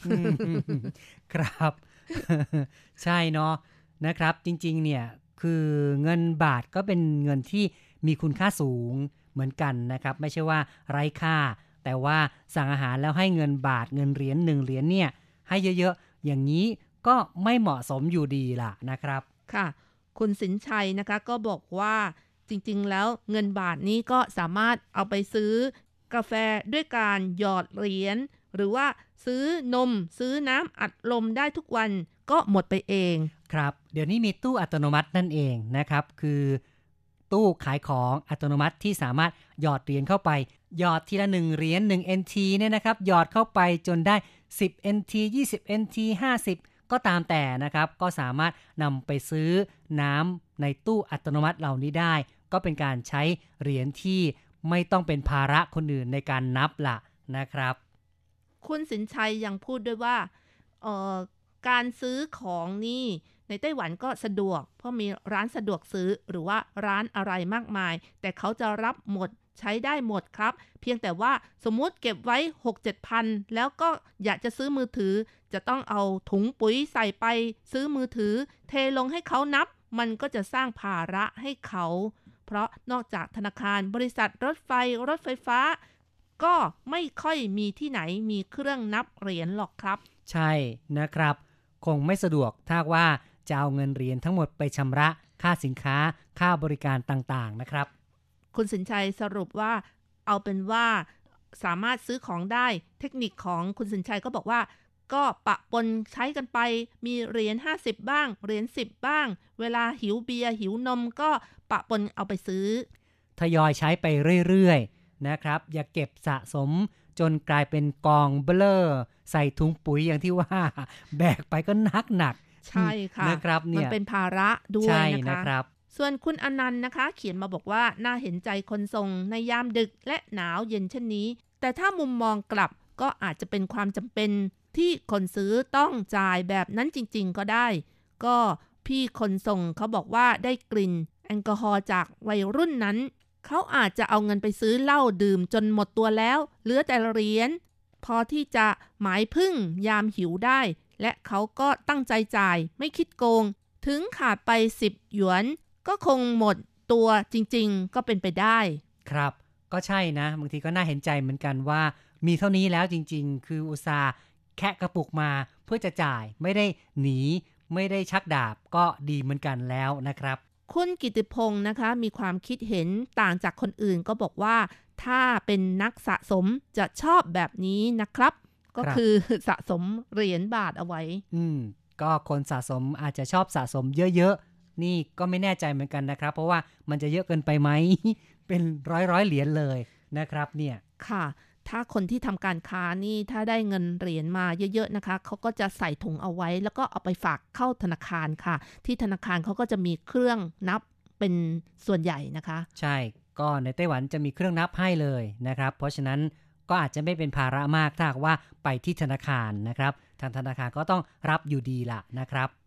S5: ครับ ใช่เนาะนะครับจริงๆเนี่ยคือเงินบาทก็เป็นเงินที่มีคุณค่าสูงเหมือนกันนะครับไม่ใช่ว่าไร้ค่าแต่ว่าสั่งอาหารแล้วให้เงินบาทเงินเหรียญ1เหรียญเนี่ยให้เยอะๆอย่างนี้ก็ไม่เหมาะสมอยู่ดีล่ะนะครับ
S4: ค่ะคุณสินชัยนะคะก็บอกว่าจริงๆแล้วเงินบาทนี้ก็สามารถเอาไปซื้อกาแฟด้วยการหยอดเหรียญหรือว่าซื้อนมซื้อน้ำอัดลมได้ทุกวันก็หมดไปเอง
S5: ครับเดี๋ยวนี้มีตู้อัตโนมัตินั่นเองนะครับคือตู้ขายของอัตโนมัติที่สามารถหยอดเหรียญเข้าไปหยอดทีละ1เหรียญ1 NT เนี่ยนะครับหยอดเข้าไปจนได้10 NT 20 NT 50ก็ตามแต่นะครับก็สามารถนำไปซื้อน้ำในตู้อัตโนมัติเหล่านี้ได้ก็เป็นการใช้เหรียญที่ไม่ต้องเป็นภาระคนอื่นในการนับล่ะนะครับ
S4: คุณสินชัยยังพูดด้วยว่าการซื้อของนี่ในไต้หวันก็สะดวกเพราะมีร้านสะดวกซื้อหรือว่าร้านอะไรมากมายแต่เขาจะรับหมดใช้ได้หมดครับเพียงแต่ว่าสมมุติเก็บไว้ 6-7 พันแล้วก็อยากจะซื้อมือถือจะต้องเอาถุงปุ๋ยใส่ไปซื้อมือถือเทลงให้เขานับมันก็จะสร้างภาระให้เขาเพราะนอกจากธนาคารบริษัทรถไฟฟ้าก็ไม่ค่อยมีที่ไหนมีเครื่องนับเหรียญหรอกครับ
S5: ใช่นะครับคงไม่สะดวกถ้าว่าจะเอาเงินเหรียญทั้งหมดไปชำระค่าสินค้าค่าบริการต่างๆนะครับ
S4: คุณสินชัยสรุปว่าเอาเป็นว่าสามารถซื้อของได้เทคนิคของคุณสินชัยก็บอกว่าก็ปะปนใช้กันไปมีเหรียญ50บ้างเหรียญ10บ้างเวลาหิวเบียร์หิวนมก็ปะปนเอาไปซื้อ
S5: ทยอยใช้ไปเรื่อยๆนะครับอย่าเก็บสะสมจนกลายเป็นกองเบลอใส่ถุงปุ๋ยอย่างที่ว่าแบกไปก็หนัก
S4: ใช่ค่ะ
S5: นะครับเนี่ย
S4: มันเป็นภาระด้วย
S5: นะครับ
S4: ส่วนคุณอนันต์นะคะเขียนมาบอกว่าน่าเห็นใจคนส่งในยามดึกและหนาวเย็นเช่นนี้แต่ถ้ามุมมองกลับก็อาจจะเป็นความจำเป็นที่คนซื้อต้องจ่ายแบบนั้นจริงๆก็ได้ก็พี่คนส่งเขาบอกว่าได้กลิ่นแอลกอฮอล์จากวัยรุ่นนั้นเขาอาจจะเอาเงินไปซื้อเหล้าดื่มจนหมดตัวแล้วเหลือแต่เหรียญพอที่จะหมายพึ่งยามหิวได้และเขาก็ตั้งใจจ่ายไม่คิดโกงถึงขาดไป10หยวนก็คงหมดตัวจริงๆก็เป็นไปได้
S5: ครับก็ใช่นะบางทีก็น่าเห็นใจเหมือนกันว่ามีเท่านี้แล้วจริงๆคืออุตส่าห์แคะกระปุกมาเพื่อจะจ่ายไม่ได้หนีไม่ได้ชักดาบก็ดีเหมือนกันแล้วนะครับ
S4: คุณกิติพงศ์นะคะมีความคิดเห็นต่างจากคนอื่นก็บอกว่าถ้าเป็นนักสะสมจะชอบแบบนี้นะครับก็คือสะสมเหรียญบาทเอาไว้
S5: ก็คนสะสมอาจจะชอบสะสมเยอะๆนี่ก็ไม่แน่ใจเหมือนกันนะครับเพราะว่ามันจะเยอะเกินไปไหม เป็นร้อยเหรียญเลยนะครับเนี่ย
S4: ค่ะถ้าคนที่ทำการค้านี่ถ้าได้เงินเหรียญมาเยอะๆนะคะเขาก็จะใส่ถุงเอาไว้แล้วก็เอาไปฝากเข้าธนาคารค่ะที่ธนาคารเขาก็จะมีเครื่องนับเป็นส่วนใหญ่นะคะ
S5: ใช่ก็ในไต้หวันจะมีเครื่องนับให้เลยนะครับเพราะฉะนั้นก็อาจจะไม่เป็นภาระมากถ้าว่าไปที่ธนาคารนะครับทางธนาคารก็ต้องรับอยู่ดีล่ะนะครับ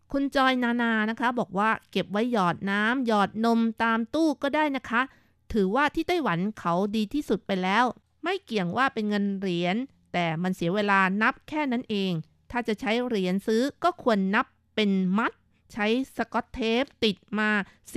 S4: คุณจอยนานานะคะบอกว่าเก็บไว้หยอดน้ำหยอดนมตามตู้ก็ได้นะคะถือว่าที่ไต้หวันเขาดีที่สุดไปแล้วไม่เกี่ยงว่าเป็นเงินเหรียญแต่มันเสียเวลานับแค่นั้นเองถ้าจะใช้เหรียญซื้อก็ควรนับเป็นมัดใช้สกอตเทปติดมา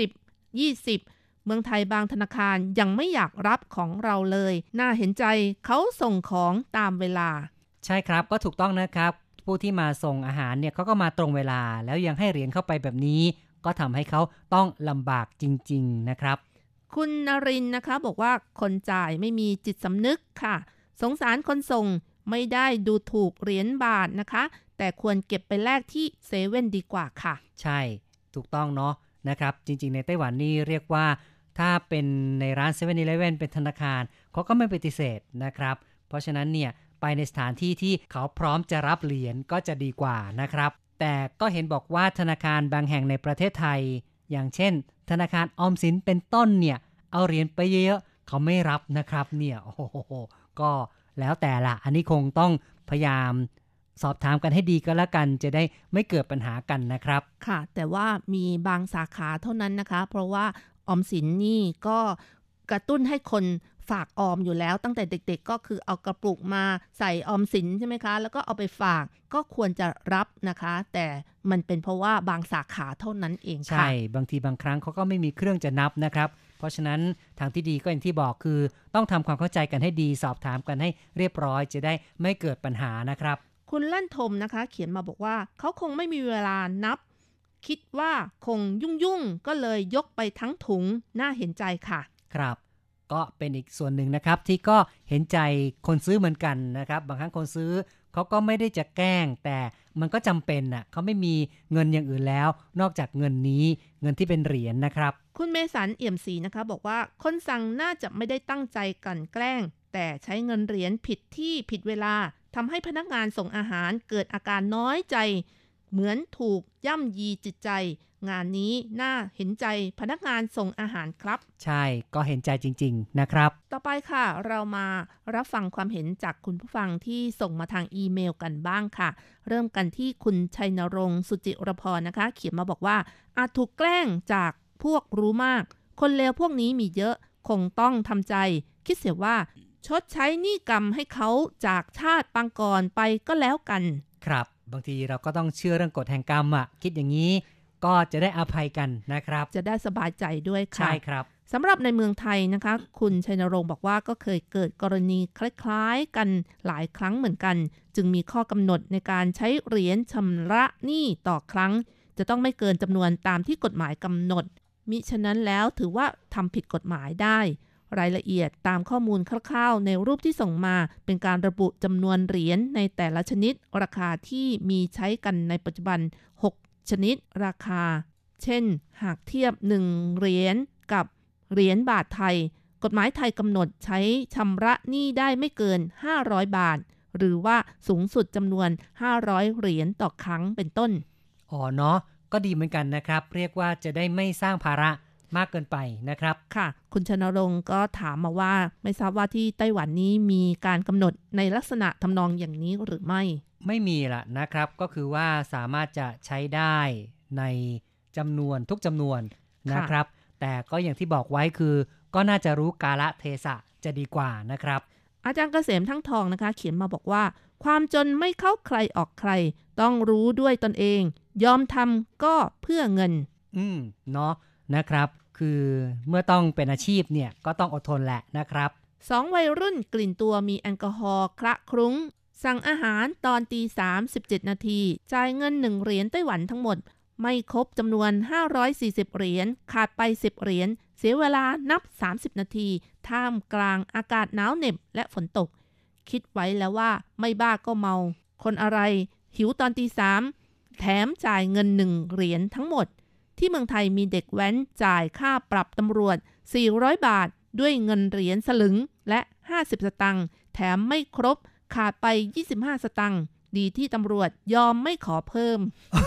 S4: 10 20เมืองไทยบางธนาคารยังไม่อยากรับของเราเลยน่าเห็นใจเขาส่งของตามเวลา
S5: ใช่ครับก็ถูกต้องนะครับผู้ที่มาส่งอาหารเนี่ยเขาก็มาตรงเวลาแล้วยังให้เหรียญเข้าไปแบบนี้ก็ทำให้เขาต้องลำบากจริงๆนะครับ
S4: คุณนรินทร์นะคะบอกว่าคนจ่ายไม่มีจิตสำนึกค่ะสงสารคนส่งไม่ได้ดูถูกเหรียญบาทนะคะแต่ควรเก็บไปแลกที่เซเว่นดีกว่าค่ะ
S5: ใช่ถูกต้องเนาะนะครับจริงๆในไต้หวันนี่เรียกว่าถ้าเป็นในร้าน 7-Eleven เป็นธนาคารเขาก็ไม่ปฏิเสธนะครับเพราะฉะนั้นเนี่ยไปในสถานที่ที่เขาพร้อมจะรับเหรียญก็จะดีกว่านะครับแต่ก็เห็นบอกว่าธนาคารบางแห่งในประเทศไทยอย่างเช่นธนาคารออมสินเป็นต้นเนี่ยเอาเหรียญไปเยอะๆเขาไม่รับนะครับเนี่ยโอ้โหก็แล้วแต่ละอันนี้คงต้องพยายามสอบถามกันให้ดีก็แล้วกันจะได้ไม่เกิดปัญหากันนะครับ
S4: ค่ะแต่ว่ามีบางสาขาเท่านั้นนะคะเพราะว่าออมสินนี่ก็กระตุ้นให้คนฝากออมอยู่แล้วตั้งแต่เด็กๆก็คือเอากระปุกมาใส่ออมสินใช่ไหมคะแล้วก็เอาไปฝากก็ควรจะรับนะคะแต่มันเป็นเพราะว่าบางสาขาเท่านั้นเองค่ะ
S5: ใช่บางทีบางครั้งเขาก็ไม่มีเครื่องจะนับนะครับเพราะฉะนั้นทางที่ดีก็อย่างที่บอกคือต้องทำความเข้าใจกันให้ดีสอบถามกันให้เรียบร้อยจะได้ไม่เกิดปัญหานะครับ
S4: คุณลั่นทมนะคะเขียนมาบอกว่าเขาคงไม่มีเวลานับคิดว่าคงยุ่งๆก็เลยยกไปทั้งถุงน่าเห็นใจค่ะ
S5: ครับก็เป็นอีกส่วนหนึ่งนะครับที่ก็เห็นใจคนซื้อเหมือนกันนะครับบางครั้งคนซื้อเขาก็ไม่ได้จะแกล้งแต่มันก็จำเป็นน่ะเขาไม่มีเงินอย่างอื่นแล้วนอกจากเงินนี้เงินที่เป็นเหรียญนะครับ
S4: คุณเมสันเอี่ยมศรีนะคะบอกว่าคนสั่งน่าจะไม่ได้ตั้งใจกลั่นแกล้งแต่ใช้เงินเหรียญผิดที่ผิดเวลาทำให้พนักงานส่งอาหารเกิดอาการน้อยใจเหมือนถูกย่ำยีจิตใจงานนี้น่าเห็นใจพนักงานส่งอาหารครับ
S5: ใช่ก็เห็นใจจริงๆนะครับ
S4: ต่อไปค่ะเรามารับฟังความเห็นจากคุณผู้ฟังที่ส่งมาทางอีเมลกันบ้างค่ะเริ่มกันที่คุณชัยนรงค์สุจิรพรนะคะเขียนมาบอกว่าอาจถูกแกล้งจากพวกรู้มากคนเลวพวกนี้มีเยอะคงต้องทำใจคิดเสียว่าชดใช้หนี้กรรมให้เขาจากชาติปางก่อนไปก็แล้วกัน
S5: ครับบางทีเราก็ต้องเชื่อเรื่องกฎแห่งกรรมอ่ะคิดอย่างนี้ก็จะได้อภัยกันนะครับ
S4: จะได้สบายใจด้วยค่ะ
S5: ใช่ครับ
S4: สำหรับในเมืองไทยนะคะคุณชัยนรงค์บอกว่าก็เคยเกิดกรณีคล้ายๆกันหลายครั้งเหมือนกันจึงมีข้อกำหนดในการใช้เหรียญชำระหนี้ต่อครั้งจะต้องไม่เกินจำนวนตามที่กฎหมายกำหนดมิฉะนั้นแล้วถือว่าทำผิดกฎหมายได้รายละเอียดตามข้อมูลคร่าวๆในรูปที่ส่งมาเป็นการระบุจำนวนเหรียญในแต่ละชนิดราคาที่มีใช้กันในปัจจุบัน6ชนิดราคาเช่นหากเทียบ1เหรียญกับเหรียญบาทไทยกฎหมายไทยกำหนดใช้ชำระหนี้ได้ไม่เกิน500บาทหรือว่าสูงสุดจำนวน500เหรียญต่อครั้งเป็นต้น
S5: อ๋อเนาะก็ดีเหมือนกันนะครับเรียกว่าจะได้ไม่สร้างภาระมากเกินไปนะครับ
S4: ค่ะคุณชนรงค์ก็ถามมาว่าไม่ทราบว่าที่ไต้หวันนี้มีการกำหนดในลักษณะทำนองอย่างนี้หรือไม่
S5: มีล่ะนะครับก็คือว่าสามารถจะใช้ได้ในจำนวนทุกจำนวนนะครับแต่ก็อย่างที่บอกไว้คือก็น่าจะรู้กาลเทศะจะดีกว่านะครับ
S4: อาจารย์เกษมทั้งทองนะคะเขียนมาบอกว่าความจนไม่เข้าใครออกใครต้องรู้ด้วยตนเองยอมทำก็เพื่อเงิน
S5: เนาะนะครับคือเมื่อต้องเป็นอาชีพเนี่ยก็ต้องอดทนแหละนะครับ
S4: 2วัยรุ่นกลิ่นตัวมีแอลกอฮอล์คละคลุ้งสั่งอาหารตอน 3:17 นาทีจ่ายเงิน1เหรียญไต้หวันทั้งหมดไม่ครบจำนวน540เหรียญขาดไป10เหรียญเสียเวลานับ30นาทีท่ามกลางอากาศหนาวเหน็บและฝนตกคิดไว้แล้วว่าไม่บ้าก็เมาคนอะไรหิวตอน 3:00 แถมจ่ายเงิน1เหรียญทั้งหมดที่เมืองไทยมีเด็กแว้นจ่ายค่าปรับตำรวจ400บาทด้วยเงินเหรียญสลึงและ50สตางค์แถมไม่ครบขาดไป25สตางค์ดีที่ตำรวจยอมไม่ขอเพิ่ม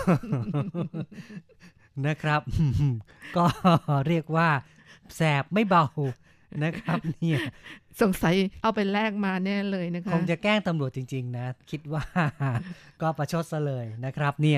S5: นะครับ ก็เรียกว่าแสบไม่เบานะครับเนี่ย
S4: สงสัยเอาไปแลกมาแน่เลยนะคะ
S5: คงจะแกล้งตำรวจจริงๆนะคิดว่าก็ประชดซะเลยนะครับเนี่ย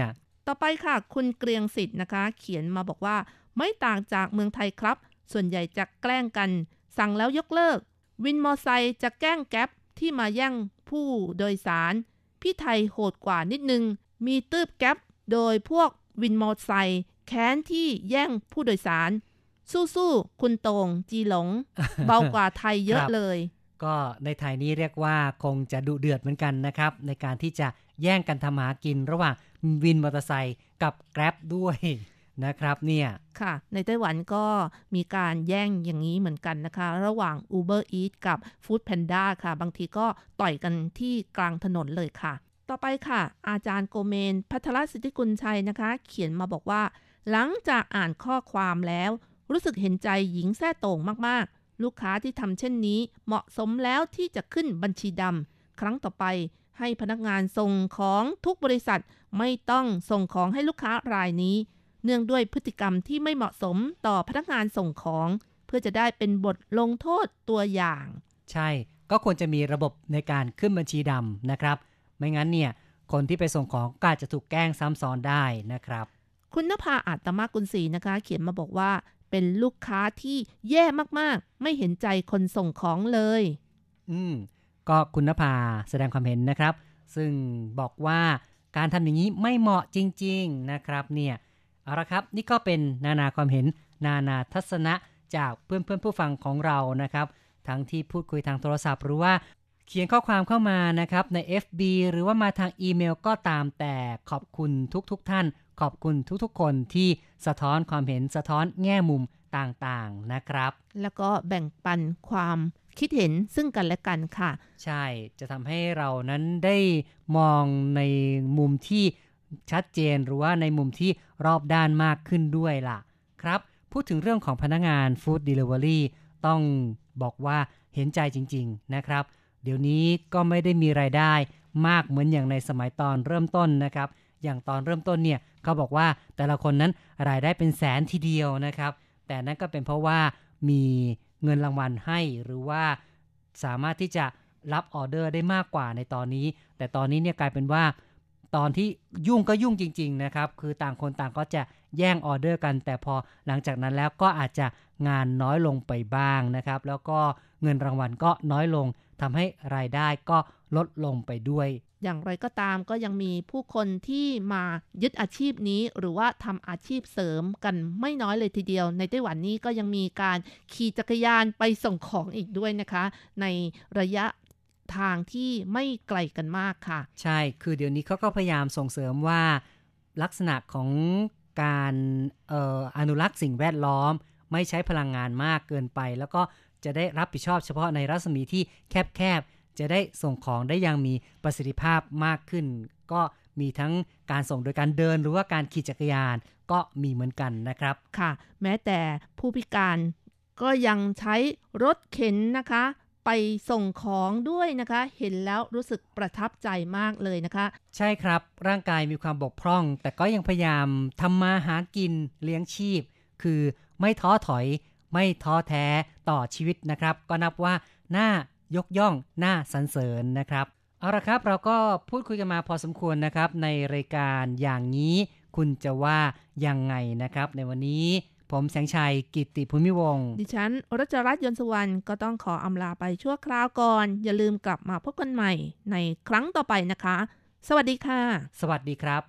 S4: ต่อไปค่ะคุณเกรียงสิทธิ์นะคะเขียนมาบอกว่าไม่ต่างจากเมืองไทยครับส่วนใหญ่จะแกล้งกันสั่งแล้วยกเลิกวินมอไซค์จะแกล้งแก๊ปที่มาแย่งผู้โดยสารพี่ไทยโหดกว่านิดนึงมีตืบแก๊ปโดยพวกวินมอไซค์แค้นที่แย่งผู้โดยสารสู้ๆคุณโตงจีหลง เบากว่าไทยเยอะเลย
S5: ก็ในไทยนี้เรียกว่าคงจะดุเดือดเหมือนกันนะครับในการที่จะแย่งกันทำหากินระหว่างวินมอเตอร์ไซค์กับ Grab ด้วยนะครับเนี่ย
S4: ค่ะในไต้หวันก็มีการแย่งอย่างนี้เหมือนกันนะคะระหว่าง Uber Eats กับ Food Panda ค่ะบางทีก็ต่อยกันที่กลางถนนเลยค่ะต่อไปค่ะอาจารย์โกเมนภัทรสิทธิกุลชัยนะคะเขียนมาบอกว่าหลังจากอ่านข้อความแล้วรู้สึกเห็นใจหญิงแซ่โต่งมากๆลูกค้าที่ทำเช่นนี้เหมาะสมแล้วที่จะขึ้นบัญชีดำครั้งต่อไปให้พนักงานส่งของทุกบริษัทไม่ต้องส่งของให้ลูกค้ารายนี้เนื่องด้วยพฤติกรรมที่ไม่เหมาะสมต่อพนักงานส่งของเพื่อจะได้เป็นบทลงโทษตัวอย่าง
S5: ใช่ก็ควรจะมีระบบในการขึ้นบัญชีดำนะครับไม่งั้นเนี่ยคนที่ไปส่งของก็อาจจะถูกแกล้งซ้ำซ้อนได้นะครับ
S4: คุณณภาอาตมากุลศรีนะคะเขียนมาบอกว่าเป็นลูกค้าที่แย่มากๆไม่เห็นใจคนส่งของเลย
S5: ก็คุณณภาแสดงความเห็นนะครับซึ่งบอกว่าการทำอย่างนี้ไม่เหมาะจริงๆนะครับเนี่ยเอาละครับนี่ก็เป็นนานาความเห็นนานาทัศนะจากเพื่อนๆผู้ฟังของเรานะครับทั้งที่พูดคุยทางโทรศัพท์หรือว่าเขียนข้อความเข้ามานะครับใน FB หรือว่ามาทางอีเมลก็ตามแต่ขอบคุณทุกท่านขอบคุณทุกคนที่สะท้อนความเห็นสะท้อนแง่มุมต่างๆนะครับ
S4: แล้วก็แบ่งปันความคิดเห็นซึ่งกันและกันค่ะ
S5: ใช่จะทำให้เรานั้นได้มองในมุมที่ชัดเจนหรือว่าในมุมที่รอบด้านมากขึ้นด้วยล่ะครับพูดถึงเรื่องของพนักงานฟู้ดเดลิเวอรี่ต้องบอกว่าเห็นใจจริงๆนะครับเดี๋ยวนี้ก็ไม่ได้มีรายได้มากเหมือนอย่างในสมัยตอนเริ่มต้นนะครับอย่างตอนเริ่มต้นเนี่ยเขาบอกว่าแต่ละคนนั้นรายได้เป็นแสนทีเดียวนะครับแต่นั้นก็เป็นเพราะว่ามีเงินรางวัลให้หรือว่าสามารถที่จะรับออเดอร์ได้มากกว่าในตอนนี้แต่ตอนนี้เนี่ยกลายเป็นว่าตอนที่ยุ่งก็ยุ่งจริงๆนะครับคือต่างคนต่างก็จะแย่งออเดอร์กันแต่พอหลังจากนั้นแล้วก็อาจจะงานน้อยลงไปบ้างนะครับแล้วก็เงินรางวัลก็น้อยลงทำให้รายได้ก็ลดลงไปด้วย
S4: อย่างไรก็ตามก็ยังมีผู้คนที่มายึดอาชีพนี้หรือว่าทำอาชีพเสริมกันไม่น้อยเลยทีเดียวในไต้หวันนี้ก็ยังมีการขี่จักรยานไปส่งของอีกด้วยนะคะในระยะทางที่ไม่ไกลกันมากค่ะ
S5: ใช่คือเดี๋ยวนี้เขาก็พยายามส่งเสริมว่าลักษณะของการอนุรักษ์สิ่งแวดล้อมไม่ใช้พลังงานมากเกินไปแล้วก็จะได้รับผิดชอบเฉพาะในรัศมีที่แคบๆจะได้ส่งของได้อย่างมีประสิทธิภาพมากขึ้นก็มีทั้งการส่งโดยการเดินหรือว่าการขี่จักรยานก็มีเหมือนกันนะครับ
S4: ค่ะแม้แต่ผู้พิการก็ยังใช้รถเข็นนะคะไปส่งของด้วยนะคะเห็นแล้วรู้สึกประทับใจมากเลยนะคะ
S5: ใช่ครับร่างกายมีความบกพร่องแต่ก็ยังพยายามทำมาหากินเลี้ยงชีพคือไม่ท้อถอยไม่ท้อแท้ต่อชีวิตนะครับก็นับว่าน่ายกย่องน่าสรรเสริญนะครับเอาละครับเราก็พูดคุยกันมาพอสมควรนะครับในรายการอย่างนี้คุณจะว่ายังไงนะครับในวันนี้ผมแสงชัยกิตติภูมิวงศ์
S4: ดิฉันรัชรัตน์ยนต์สุวรรณก็ต้องขออำลาไปชั่วคราวก่อนอย่าลืมกลับมาพบกันใหม่ในครั้งต่อไปนะคะสวัสดีค่ะ
S5: สวัสดีครับ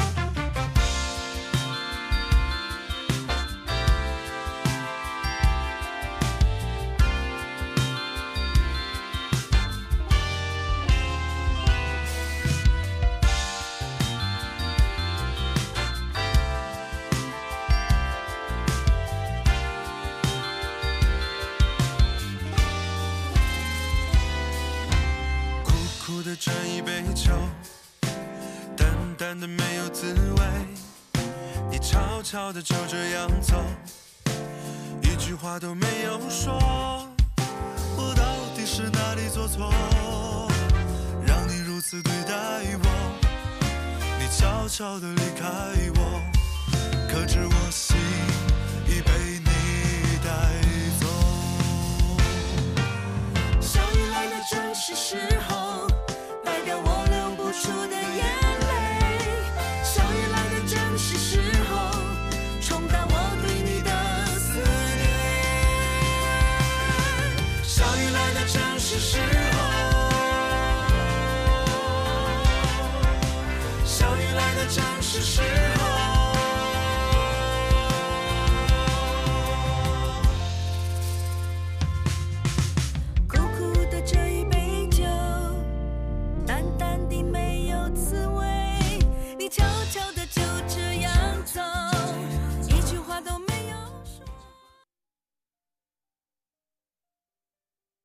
S7: 这一杯酒淡淡的没有滋味你悄悄地就这样走一句话都没有说我到底是哪里做错让你如此对待我你悄悄地离开我可知我心已被你带走相遇来的正是时